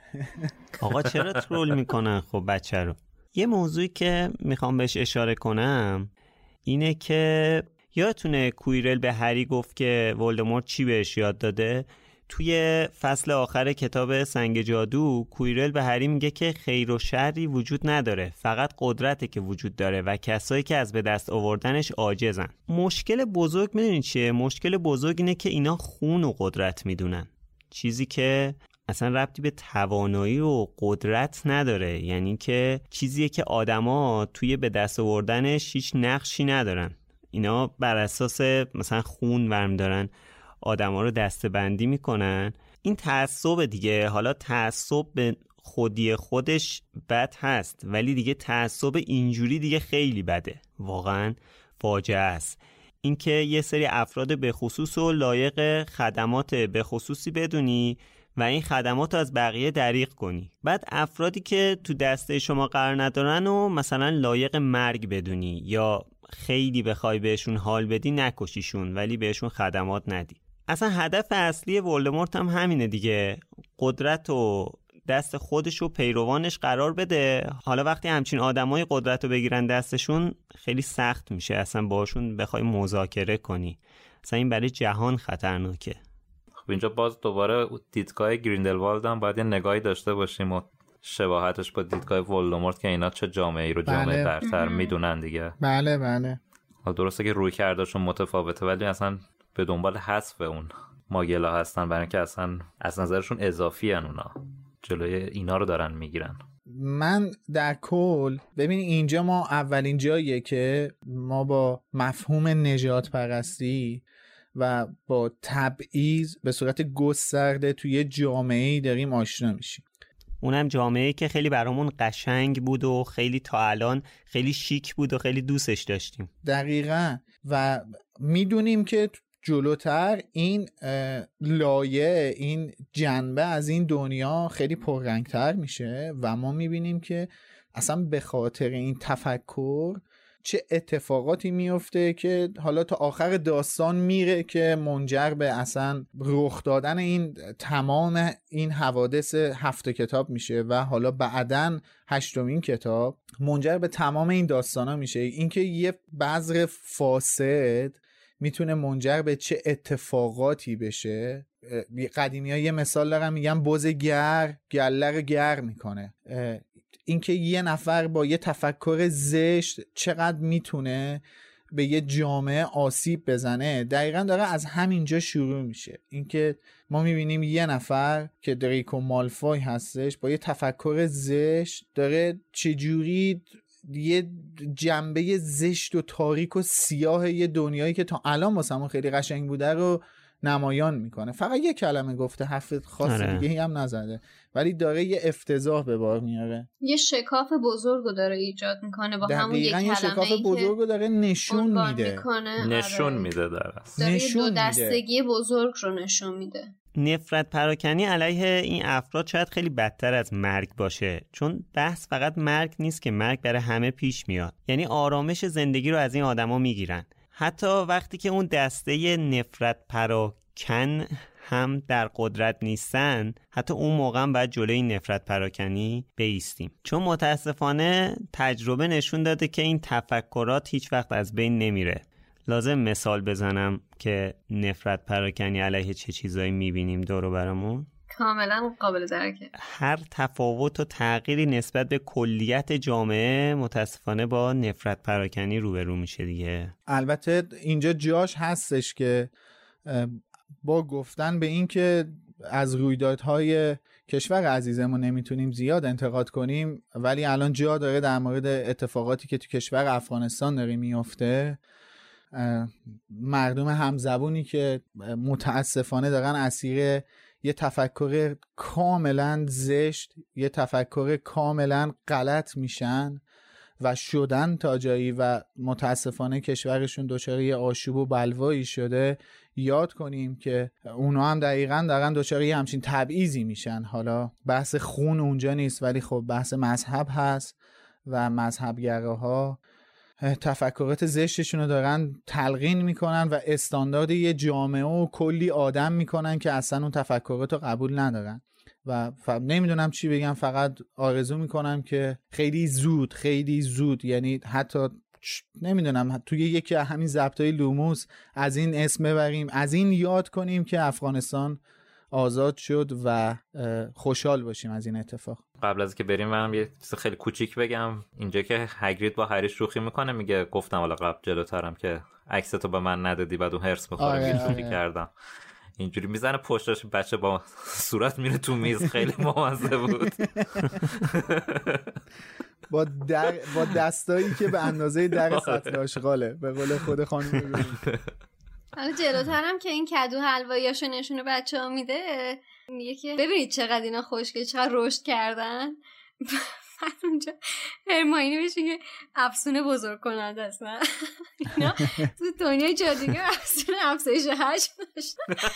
A: آقا چرا ترول میکنن خب بچه رو؟ یه موضوعی که میخوام بهش اشاره کنم اینه که یادتونه کویرل به هری گفت که ولدمورت چی بهش یاد داده؟ توی فصل آخر کتاب سنگ جادو کویرل به هری میگه که خیر و شری وجود نداره، فقط قدرته که وجود داره و کسایی که از به دست آوردنش عاجزن. مشکل بزرگ میدونید چیه؟ مشکل بزرگ اینه که اینا خون و قدرت میدونن، چیزی که اصلا ربطی به توانایی و قدرت نداره. یعنی که چیزیه که آدما توی به دست آوردنش هیچ نقشی ندارن. اینا بر اساس مثلا خون ورم دارن آدم ها رو دستبندی میکنن. این تعصب دیگه. حالا تعصب به خودی خودش بد هست ولی دیگه تعصب اینجوری دیگه خیلی بده، واقعا فاجعه است. اینکه یه سری افراد به خصوص و لایق خدمات به خصوصی بدونی و این خدمات رو از بقیه دریغ کنی، بعد افرادی که تو دسته شما قرار ندارن و مثلا لایق مرگ بدونی یا خیلی بخوای بهشون حال بدی نکشیشون ولی بهشون خدمات ندی. اصلا هدف اصلی ولدمورت هم همینه دیگه، قدرت و دست خودش و پیروانش قرار بده. حالا وقتی همچین آدمای قدرت رو بگیرن دستشون خیلی سخت میشه اصلا باشون بخوای مذاکره کنی. اصلا این برای جهان خطرناکه.
C: خب اینجا باز دوباره دیدگاه گریندلوالد هم باید یه نگاهی داشته باشیم و شباهتش با دیدگاه ولدمورت که اینا چه جامعه‌ای رو جامعه
D: بله.
C: برتر میدونن دیگه.
D: بله بله.
C: درسته که روی کردشون متفاوته ولی اصلا به دنبال حذف اون ماگلا هستن، برای اینکه اصلا از نظرشون اضافی ان، اونا جلوی اینا رو دارن میگیرن.
D: من در کل ببین اینجا ما اولین جاییه که ما با مفهوم نجات پرستی و با تبعیض به صورت گسترده توی جامعه‌ای داریم آشنا میشیم.
A: اونم جامعه‌ای که خیلی برامون قشنگ بود و خیلی تا الان خیلی شیک بود و خیلی دوستش داشتیم.
D: دقیقاً. و میدونیم که جلوتر این لایه، این جنبه از این دنیا خیلی پررنگتر میشه و ما میبینیم که اصلا به خاطر این تفکر چه اتفاقاتی میفته که حالا تا آخر داستان میره که منجر به اصلا رخ دادن این تمام این حوادث هفت کتاب میشه و حالا بعدن هشتمین کتاب منجر به تمام این داستانا میشه. اینکه یه بذر فاسد میتونه منجر به چه اتفاقاتی بشه. قدیمی ها یه مثال دارن میگن بز گر گله رو گر میکنه. اینکه یه نفر با یه تفکر زشت چقدر میتونه به یه جامعه آسیب بزنه، دقیقا داره از همینجا شروع میشه. اینکه ما میبینیم یه نفر که دریکو مالفوی هستش با یه تفکر زشت داره چجوری یه جنبه زشت و تاریک و سیاه یه دنیایی که تا الان واسمون خیلی قشنگ بوده رو نمایان میکنه. فقط یه کلمه گفته، حرف خاصی دیگه هم نزده، ولی داره یه افتضاح به بار میاره،
B: یه شکاف بزرگو داره ایجاد میکنه با همون یه کلمه.
D: یه شکاف بزرگو داره نشون میده
C: نشون میده داره
B: نشون دو دستگی بزرگ رو نشون میده.
A: نفرت پراکنی علیه این افراد شاید خیلی بدتر از مرگ باشه، چون بحث فقط مرگ نیست که مرگ برای همه پیش میاد، یعنی آرامش زندگی رو از این آدما میگیرن. حتی وقتی که اون دسته نفرت پراکن هم در قدرت نیستن، حتی اون موقع هم باید جلوی این نفرت پراکنی بایستیم، چون متاسفانه تجربه نشون داده که این تفکرات هیچ وقت از بین نمیره. لازم مثال بزنم که نفرت پراکنی علیه چه چیزایی میبینیم دور و برمون؟
B: کاملا قابل درکه.
A: هر تفاوت و تغییری نسبت به کلیت جامعه متاسفانه با نفرت پراکنی روبرو میشه دیگه.
D: البته اینجا جاش هستش که با گفتن به این که از رویدادهای کشور عزیزمون نمیتونیم زیاد انتقاد کنیم، ولی الان جا داره در مورد اتفاقاتی که تو کشور افغانستان داره میفته، مردم همزبونی که متاسفانه دارن اسیر یه تفکر کاملا زشت، یه تفکر کاملا غلط میشن و شدن تا جایی و متاسفانه کشورشون دچار یه آشوب و بلوایی شده، یاد کنیم که اونا هم دقیقاً دارن دچار یه همچین تبعیضی میشن. حالا بحث خون اونجا نیست، ولی خب بحث مذهب هست و مذهبگراها تفکرات زشتشون رو دارن تلقین میکنن و استاندارد یه جامعه و کلی آدم میکنن که اصلا اون تفکرات رو قبول ندارن. و ف... نمیدونم چی بگم، فقط آرزو میکنم که خیلی زود خیلی زود، یعنی حتی نمیدونم توی یکی از همین ضبطای لوموس از این اسم ببریم، از این یاد کنیم که افغانستان آزاد شد و خوشحال باشیم از این اتفاق.
C: قبل از که بریم منم یه چیز خیلی کوچیک بگم. اینجا که هگرید با هری شوخی میکنه، میگه گفتم حالا قبل جلوترم که عکستو به من ندادی بعد اون هرس بخوره، میگه شوخی کردم. اینجوری میزنه پشتش، بچه با صورت میره تو میز، خیلی بامزه بود.
D: با در با دستایی که به اندازه در سطل آشغاله به قول خود خانم میگه.
B: حالا جلوترم که این کدو حلواییاشو نشونه بچه‌ها میده، میگه که ببینید چقدر اینا خوشگل، چقدر رشد کردن. بعد اونجا هرماینی بشه که افسونه بزرگ کننده است، نه اینا تو دنیای جادوگری افسونه افزایش حجم داشتن.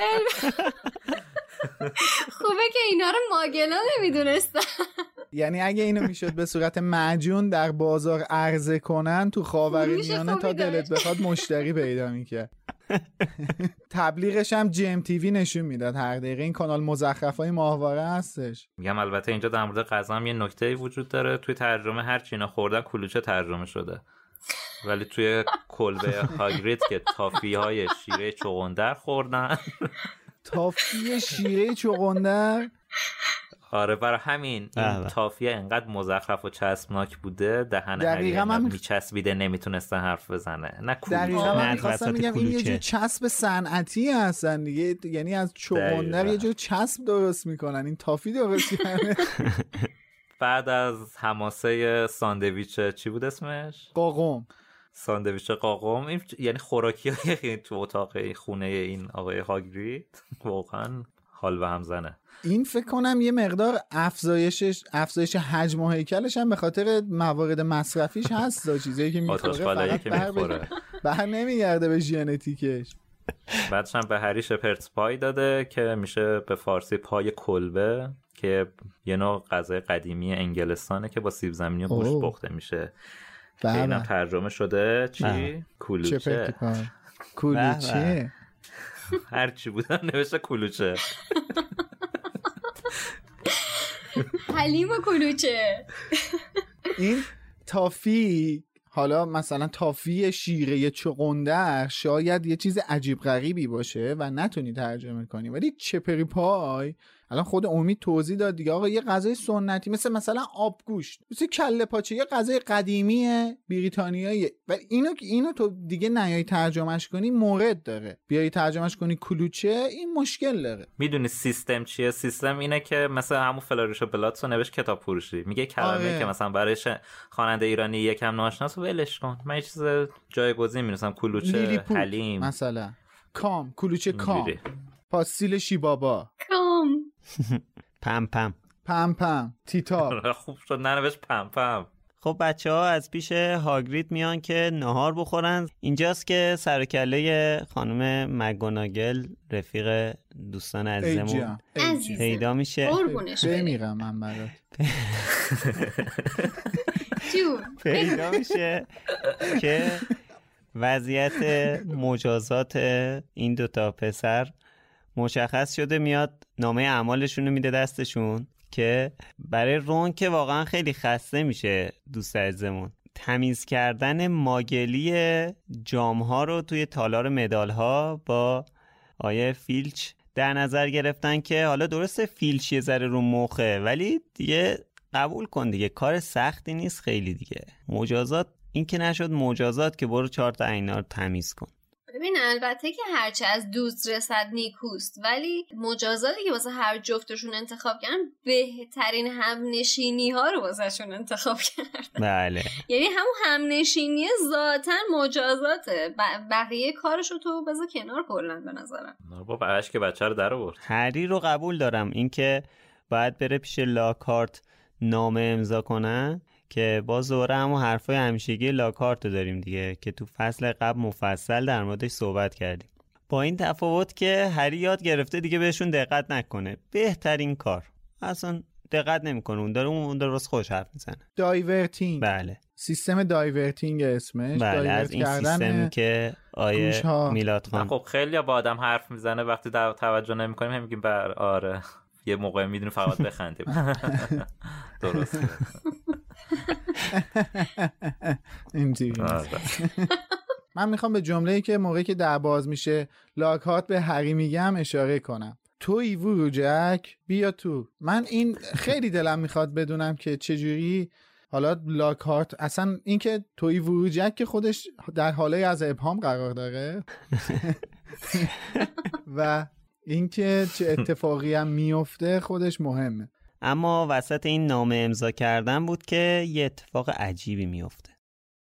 B: خوبه که اینا رو ماگلا نمیدونستن.
D: یعنی اگه اینو میشد به صورت معجون در بازار عرضه کنن تو خاورمیانه تا دلت بخواد مشتری پیدا میکرد. تبلیغش هم جی ام تی وی نشون میداد هر دقیقه. این کانال مزخرفای ماهواره هستش.
C: میگم البته اینجا در مورد غذا هم یه نکته وجود داره، توی ترجمه هر چی اینا خوردن کلوچه ترجمه شده، ولی توی کلبه هاگرید که تافی های شیره چغندر خوردن.
D: تافی شیره چغندر؟
C: آره، برای همین این تافیه انقدر مزخرف و چسبناک بوده دهن هری هم میچسبیده، نمیتونسته حرف بزنه. نه کلوچه.
D: دقیقاً من می‌خواستم میگم این یه جور چسب صنعتی هستن دیگه، یعنی از چغندر یه جور چسب درست میکنن، این تافی درست میکنن.
C: بعد از حماسه ساندویچ چی بود اسمش؟
D: قاقم.
C: ساندویچ قاقم، این یعنی خوراکیایی تو اتاق خونه این آقای هاگرید واقعا حال به هم زنه.
D: این فکر کنم یه مقدار افزایشش افزایش حجم و هیکلش هم به خاطر موارد مصرفیش هست، چیزایی که میخوره فقط بر, بر نمیگرده به ژنتیکش.
C: بعدش هم به هری شپردز پای داده که میشه به فارسی پای کلبه، که یه نوع غذای قدیمی انگلستانه که با سیب زمینی و گوشت پخته میشه. اینم ترجمه شده چی؟ کلوچه.
D: کلوچه
C: هر چی بودن نوشته کلوچه.
B: حلیم و کلوچه.
D: این تافی، حالا مثلا تافی شیره چغندر شاید یه چیز عجیب غریبی باشه و نتونی ترجمه کنی، ولی چپری پای الان خود امید توضیح داد دیگه آقا یه غذای سنتی مثل مثلا آبگوشت، مثل کله پاچه، یه غذای قدیمی بریتانیایی، ولی اینو اینو تو دیگه نیای ترجمهش کنی مورد داره، بیای ترجمهش کنی کلوچه این مشکل داره.
C: میدونی سیستم چیه؟ سیستم اینه که مثلا همون فلاریشو بلاتسو نوشت کتاب فروشی، میگه کلمه آره. که مثلا برای خواننده ایرانی یکم ناشناس ولش کن، من یه چیز جایگزین می‌نویسم، کلوچه حلیم
D: مثلا، کام، کلوچه کام، پاستیل شیبابا،
B: کام،
A: پم پم
D: پم پم، تیتا.
C: خوب شد ننوشت پم پم.
A: خب بچه ها از پیش هاگرید میان که نهار بخورن. اینجاست که سر و کله خانم مگوناگل رفیق دوستان عزیزمون پیدا میشه.
D: بمیرم من برات.
A: پیدا میشه که وضعیت مجازات این دوتا پسر مشخص شده. میاد نامه اعمالشون رو میده دستشون که برای رون که واقعا خیلی خسته میشه دوست عزیزمون، تمیز کردن ماگلی جام‌ها رو توی تالار مدال‌ها با آیه فیلچ در نظر گرفتن که حالا درسته فیلچ یه ذره رو مخه ولی دیگه قبول کن دیگه کار سختی نیست خیلی دیگه. مجازات این که نشد مجازات که برو چهار تا عینا رو تمیز کن.
B: ببین البته که هرچه از دوست رسد نیکوست، ولی مجازاتی که واسه هر جفتشون انتخاب کردن بهترین همنشینی ها رو واسه شون انتخاب کردن.
A: بله
B: یعنی همون همنشینی ذاتاً مجازاته، بقیه کارشو تو بذار کنار کلن به نظرم.
C: بابا عشق که بچه رو در آورد.
A: هری رو قبول دارم این که باید بره پیش لاکارت نامه امضا کنن که باز دوره همون حرفای همیشگی لاکارت رو داریم دیگه که تو فصل قبل مفصل در موردش صحبت کردیم، با این تفاوت که هری یاد گرفته دیگه بهشون دقت نکنه. بهترین کار اصلا دقت نمیکنه، اون داره اون داره واسه خودش حرف میزنه.
D: دایورتینگ.
A: بله
D: سیستم دایورتینگ اسمش.
A: بله از این سیستمی که آیه میلاد خان
C: خب خیلی با آدم حرف میزنه وقتی توجه نمیکنیم هم میگیم بر آره یه موقع میدونیم فقط بخندیم. درست.
D: اینجوری. من میخوام به جمله‌ای که موقعی که در باز میشه لاکارت به هری میگم اشاره کنم. توی وروجک بیا تو. من این خیلی دلم میخواد بدونم که چجوری حالا لاکارت اصلا این که توی وروجک که خودش در حاله از ابهام قرار داره و اینکه چه اتفاقی هم میفته خودش مهمه.
A: اما وسط این نامه امضا کردن بود که یه اتفاق عجیبی میفته.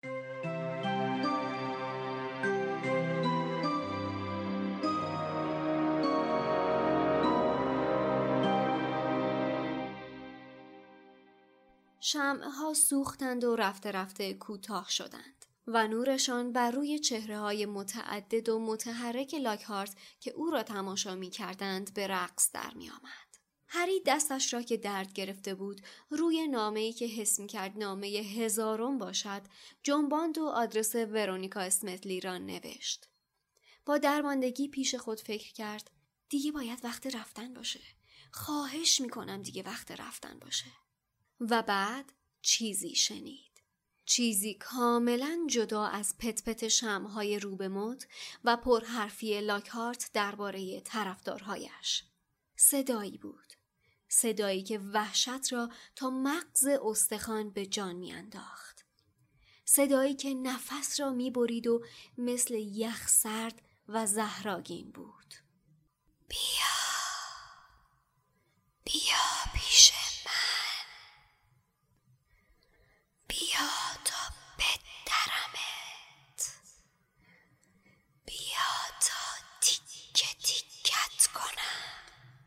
B: شمع‌ها سوختند و رفته رفته کوتاه شدند و نورشان بر روی چهره‌های متعدد و متحرک لاکهارت که او را تماشا می‌کردند به رقص در می‌آمد. هری دستش را که درد گرفته بود روی نامه‌ای که حس می‌کرد نامه هزارم باشد جنباند و آدرس ورونیکا اسمتلی را نوشت. با درماندگی پیش خود فکر کرد دیگه باید وقت رفتن باشه. خواهش می‌کنم دیگه وقت رفتن باشه. و بعد چیزی شنید. چیزی کاملا جدا از پت پت شمع‌های روبه‌مد و پرحرفی لاکهارت درباره طرفدارهایش. صدایی بود. صدایی که وحشت را تا مغز استخوان به جان می‌انداخت. صدایی که نفس را می‌برید و مثل یخ سرد و زهرآگین بود. بیا. بیا پیش من. بیا تا بدرمت. بیا تا تیکه تیکت کنم.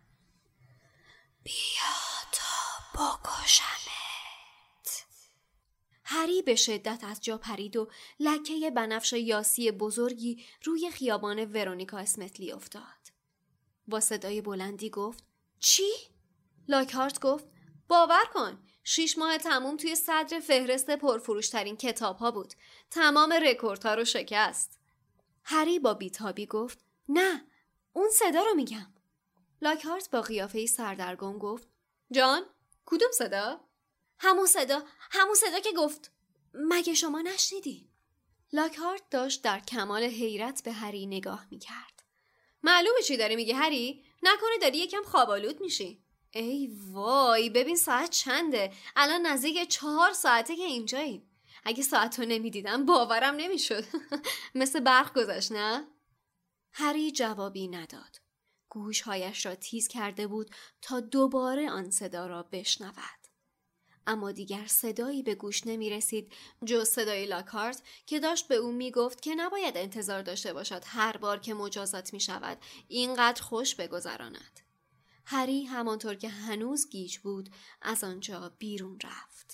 B: بیا تا بکشمت. هری به شدت از جا پرید و لکه بنفش یاسی بزرگی روی خیابان ورونیکا اسمتلی افتاد. با صدای بلندی گفت چی؟ لاکهارت گفت باور کن شیش ماه تموم توی صدر فهرست پرفروشترین کتاب ها بود. تمام رکوردها رو شکست. هری با بیتابی گفت نه اون صدا رو میگم. لاکهارت با قیافه‌ای سردرگم گفت جان کدوم صدا؟ همون صدا همون صدا که گفت مگه شما نشنیدی؟ لاکهارت داشت در کمال حیرت به هری نگاه میکرد. معلومه چی داری میگی هری؟ نکنه داری یکم خوابالود میشی. ای وای، ببین ساعت چنده؟ الان نزدیک چهار ساعته که اینجاییم. اگه ساعت رو نمیدیدم باورم نمیشد. مثل برق گذشت نه؟ هری جوابی نداد. گوشهایش را تیز کرده بود تا دوباره آن صدا را بشنود. اما دیگر صدایی به گوش نمی رسید جز صدای لاکارت که داشت به او می گفت که نباید انتظار داشته باشد هر بار که مجازات می شود اینقدر خوش بگذراند. هری همانطور که هنوز گیج بود از آنجا بیرون رفت.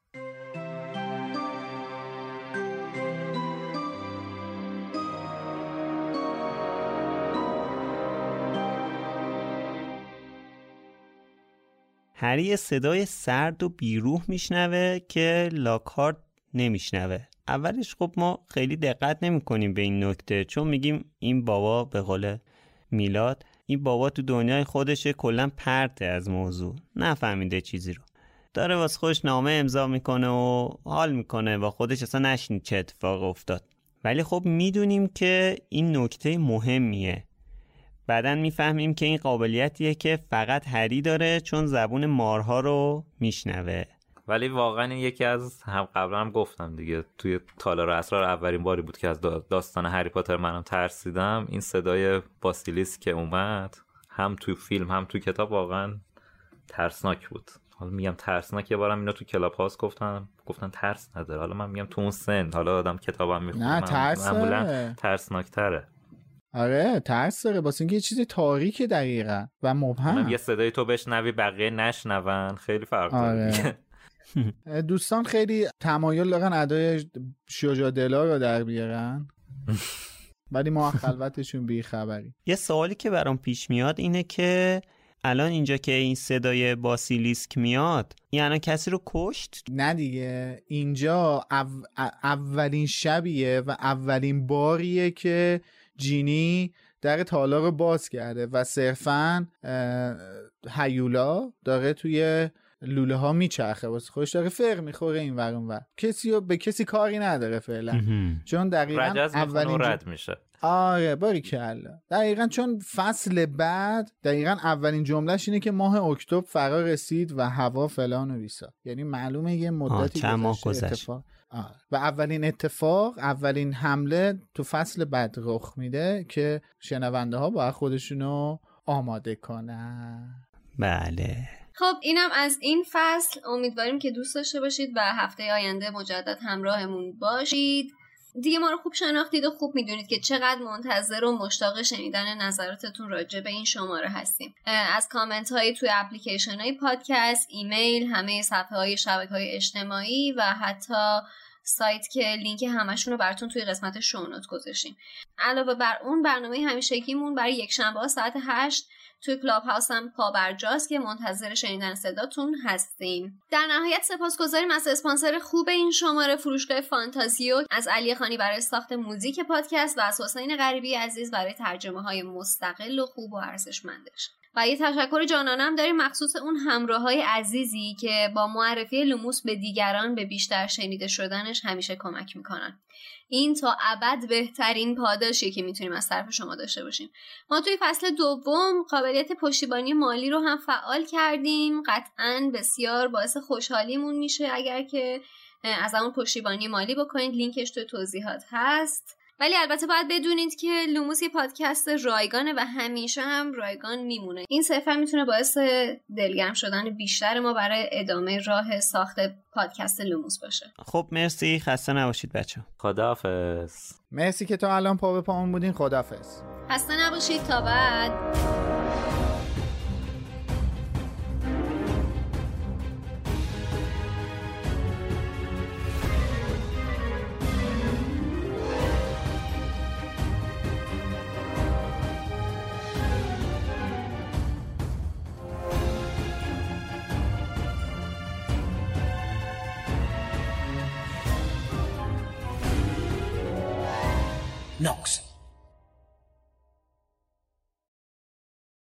A: هری صدای سرد و بیروح میشنوه که لاکارت نمیشنوه. اولش خب ما خیلی دقت نمی کنیم به این نکته، چون میگیم این بابا، به قول میلاد، این بابا تو دنیای خودشه، کلا پرته از موضوع، نفهمیده چیزی رو، داره واسه خودش نامه امضا میکنه و حال میکنه با خودش، اصلا نشنید چه اتفاق افتاد. ولی خب میدونیم که این نکته مهمیه. بعداً میفهمیم که این قابلیتیه که فقط هری داره، چون زبون مارها رو میشنوه.
C: ولی واقعا یکی از، هم قبلا هم گفتم دیگه، توی تالار اسرار اولین باری بود که از داستان هری پاتر منم ترسیدم. این صدای باسیلیسک که اومد هم توی فیلم هم توی کتاب واقعا ترسناک بود. حالا میگم ترسناک، یه بارم اینا تو کلاب هاوس گفتن گفتن ترس نداره، حالا من میگم تو اون سن، حالا آدم کتابم میخونه،
D: نه ترس
C: معمولا ترسناک تره.
D: آره ترس داره، واسه اینکه یه چیز تاریکه دقیقا و مبهم.
C: یه صدای تو بشنوی بقیه نشنون، خیلی فرق داره.
D: آره. دوستان خیلی تمایل دارن ادای شجاع‌دلا رو در بیارن ولی ما خلوتشون بی خبری.
A: یه سوالی که برام پیش میاد اینه که الان اینجا که این صدای باسیلیسک میاد، یعنی کسی رو کشت؟
D: نه دیگه، اینجا او... اولین شبیه و اولین باریه که جینی در تالار رو باز کرده و صرفاً هیولا داره توی لوله ها میچرخه، واسه خودش داره فقر میخوره این ور اون ور، کسی رو به کسی کاری نداره فعلا، چون دقیقاً اولین
C: رد میشه.
D: آره باریکلا، دقیقاً چون فصل بعد دقیقاً اولین جملهش اینه که ماه اکتبر فرا رسید و هوا فلان و بیسا، یعنی معلومه یه مدتی گذشته. آه. و اولین اتفاق، اولین حمله تو فصل بعد رخ میده که شنونده ها باید خودشونو آماده کنن.
A: بله.
B: خب اینم از این فصل. امیدواریم که دوست داشته باشید و هفته آینده مجدد همراهمون باشید. دیگه ما رو خوب شناختید و خوب میدونید که چقدر منتظر و مشتاق شنیدن نظراتتون راجع به این شماره هستیم. از کامنت هایی توی اپلیکیشن های پادکست، ایمیل، همه صفحه های شبکه های اجتماعی و حتی سایت که لینک همشون رو براتون توی قسمت شونوت گذاشتیم. علاوه بر اون برنامه همیشگیمون برای یک شنبه ساعت هشت توی کلاب هاوس هم پابرجاست که منتظر شنیدن صداتون هستیم. در نهایت سپاسگزاریم از اسپانسر خوب این شماره، فروشگاه فانتازیو، از علی خانی برای ساخت موزیک پادکست و از حسین غریبی عزیز برای ترجمه های مستقل و خوب و ارزشمندش. و یه تشکر جانانم داریم مخصوص اون همراه‌های عزیزی که با معرفی لوموس به دیگران به بیشتر شنیده شدنش همیشه کمک میکنن. این تا ابد بهترین پاداشی که میتونیم از طرف شما داشته باشیم. ما توی فصل دوم قابلیت پشتیبانی مالی رو هم فعال کردیم. قطعاً بسیار باعث خوشحالیمون میشه اگر که از اون پشتیبانی مالی بکنید. لینکش توی توضیحات هست. ولی البته باید بدونید که لوموس یه پادکست رایگانه و همیشه هم رایگان میمونه. این صرفا میتونه باعث دلگرم شدن بیشتر ما برای ادامه راه ساخت پادکست لوموس باشه.
A: خب مرسی، خسته نباشید بچه.
C: خداحافظ.
D: مرسی که تا الان پا به پامون بودین. خداحافظ.
B: خسته نباشید تا بعد.
M: Nox.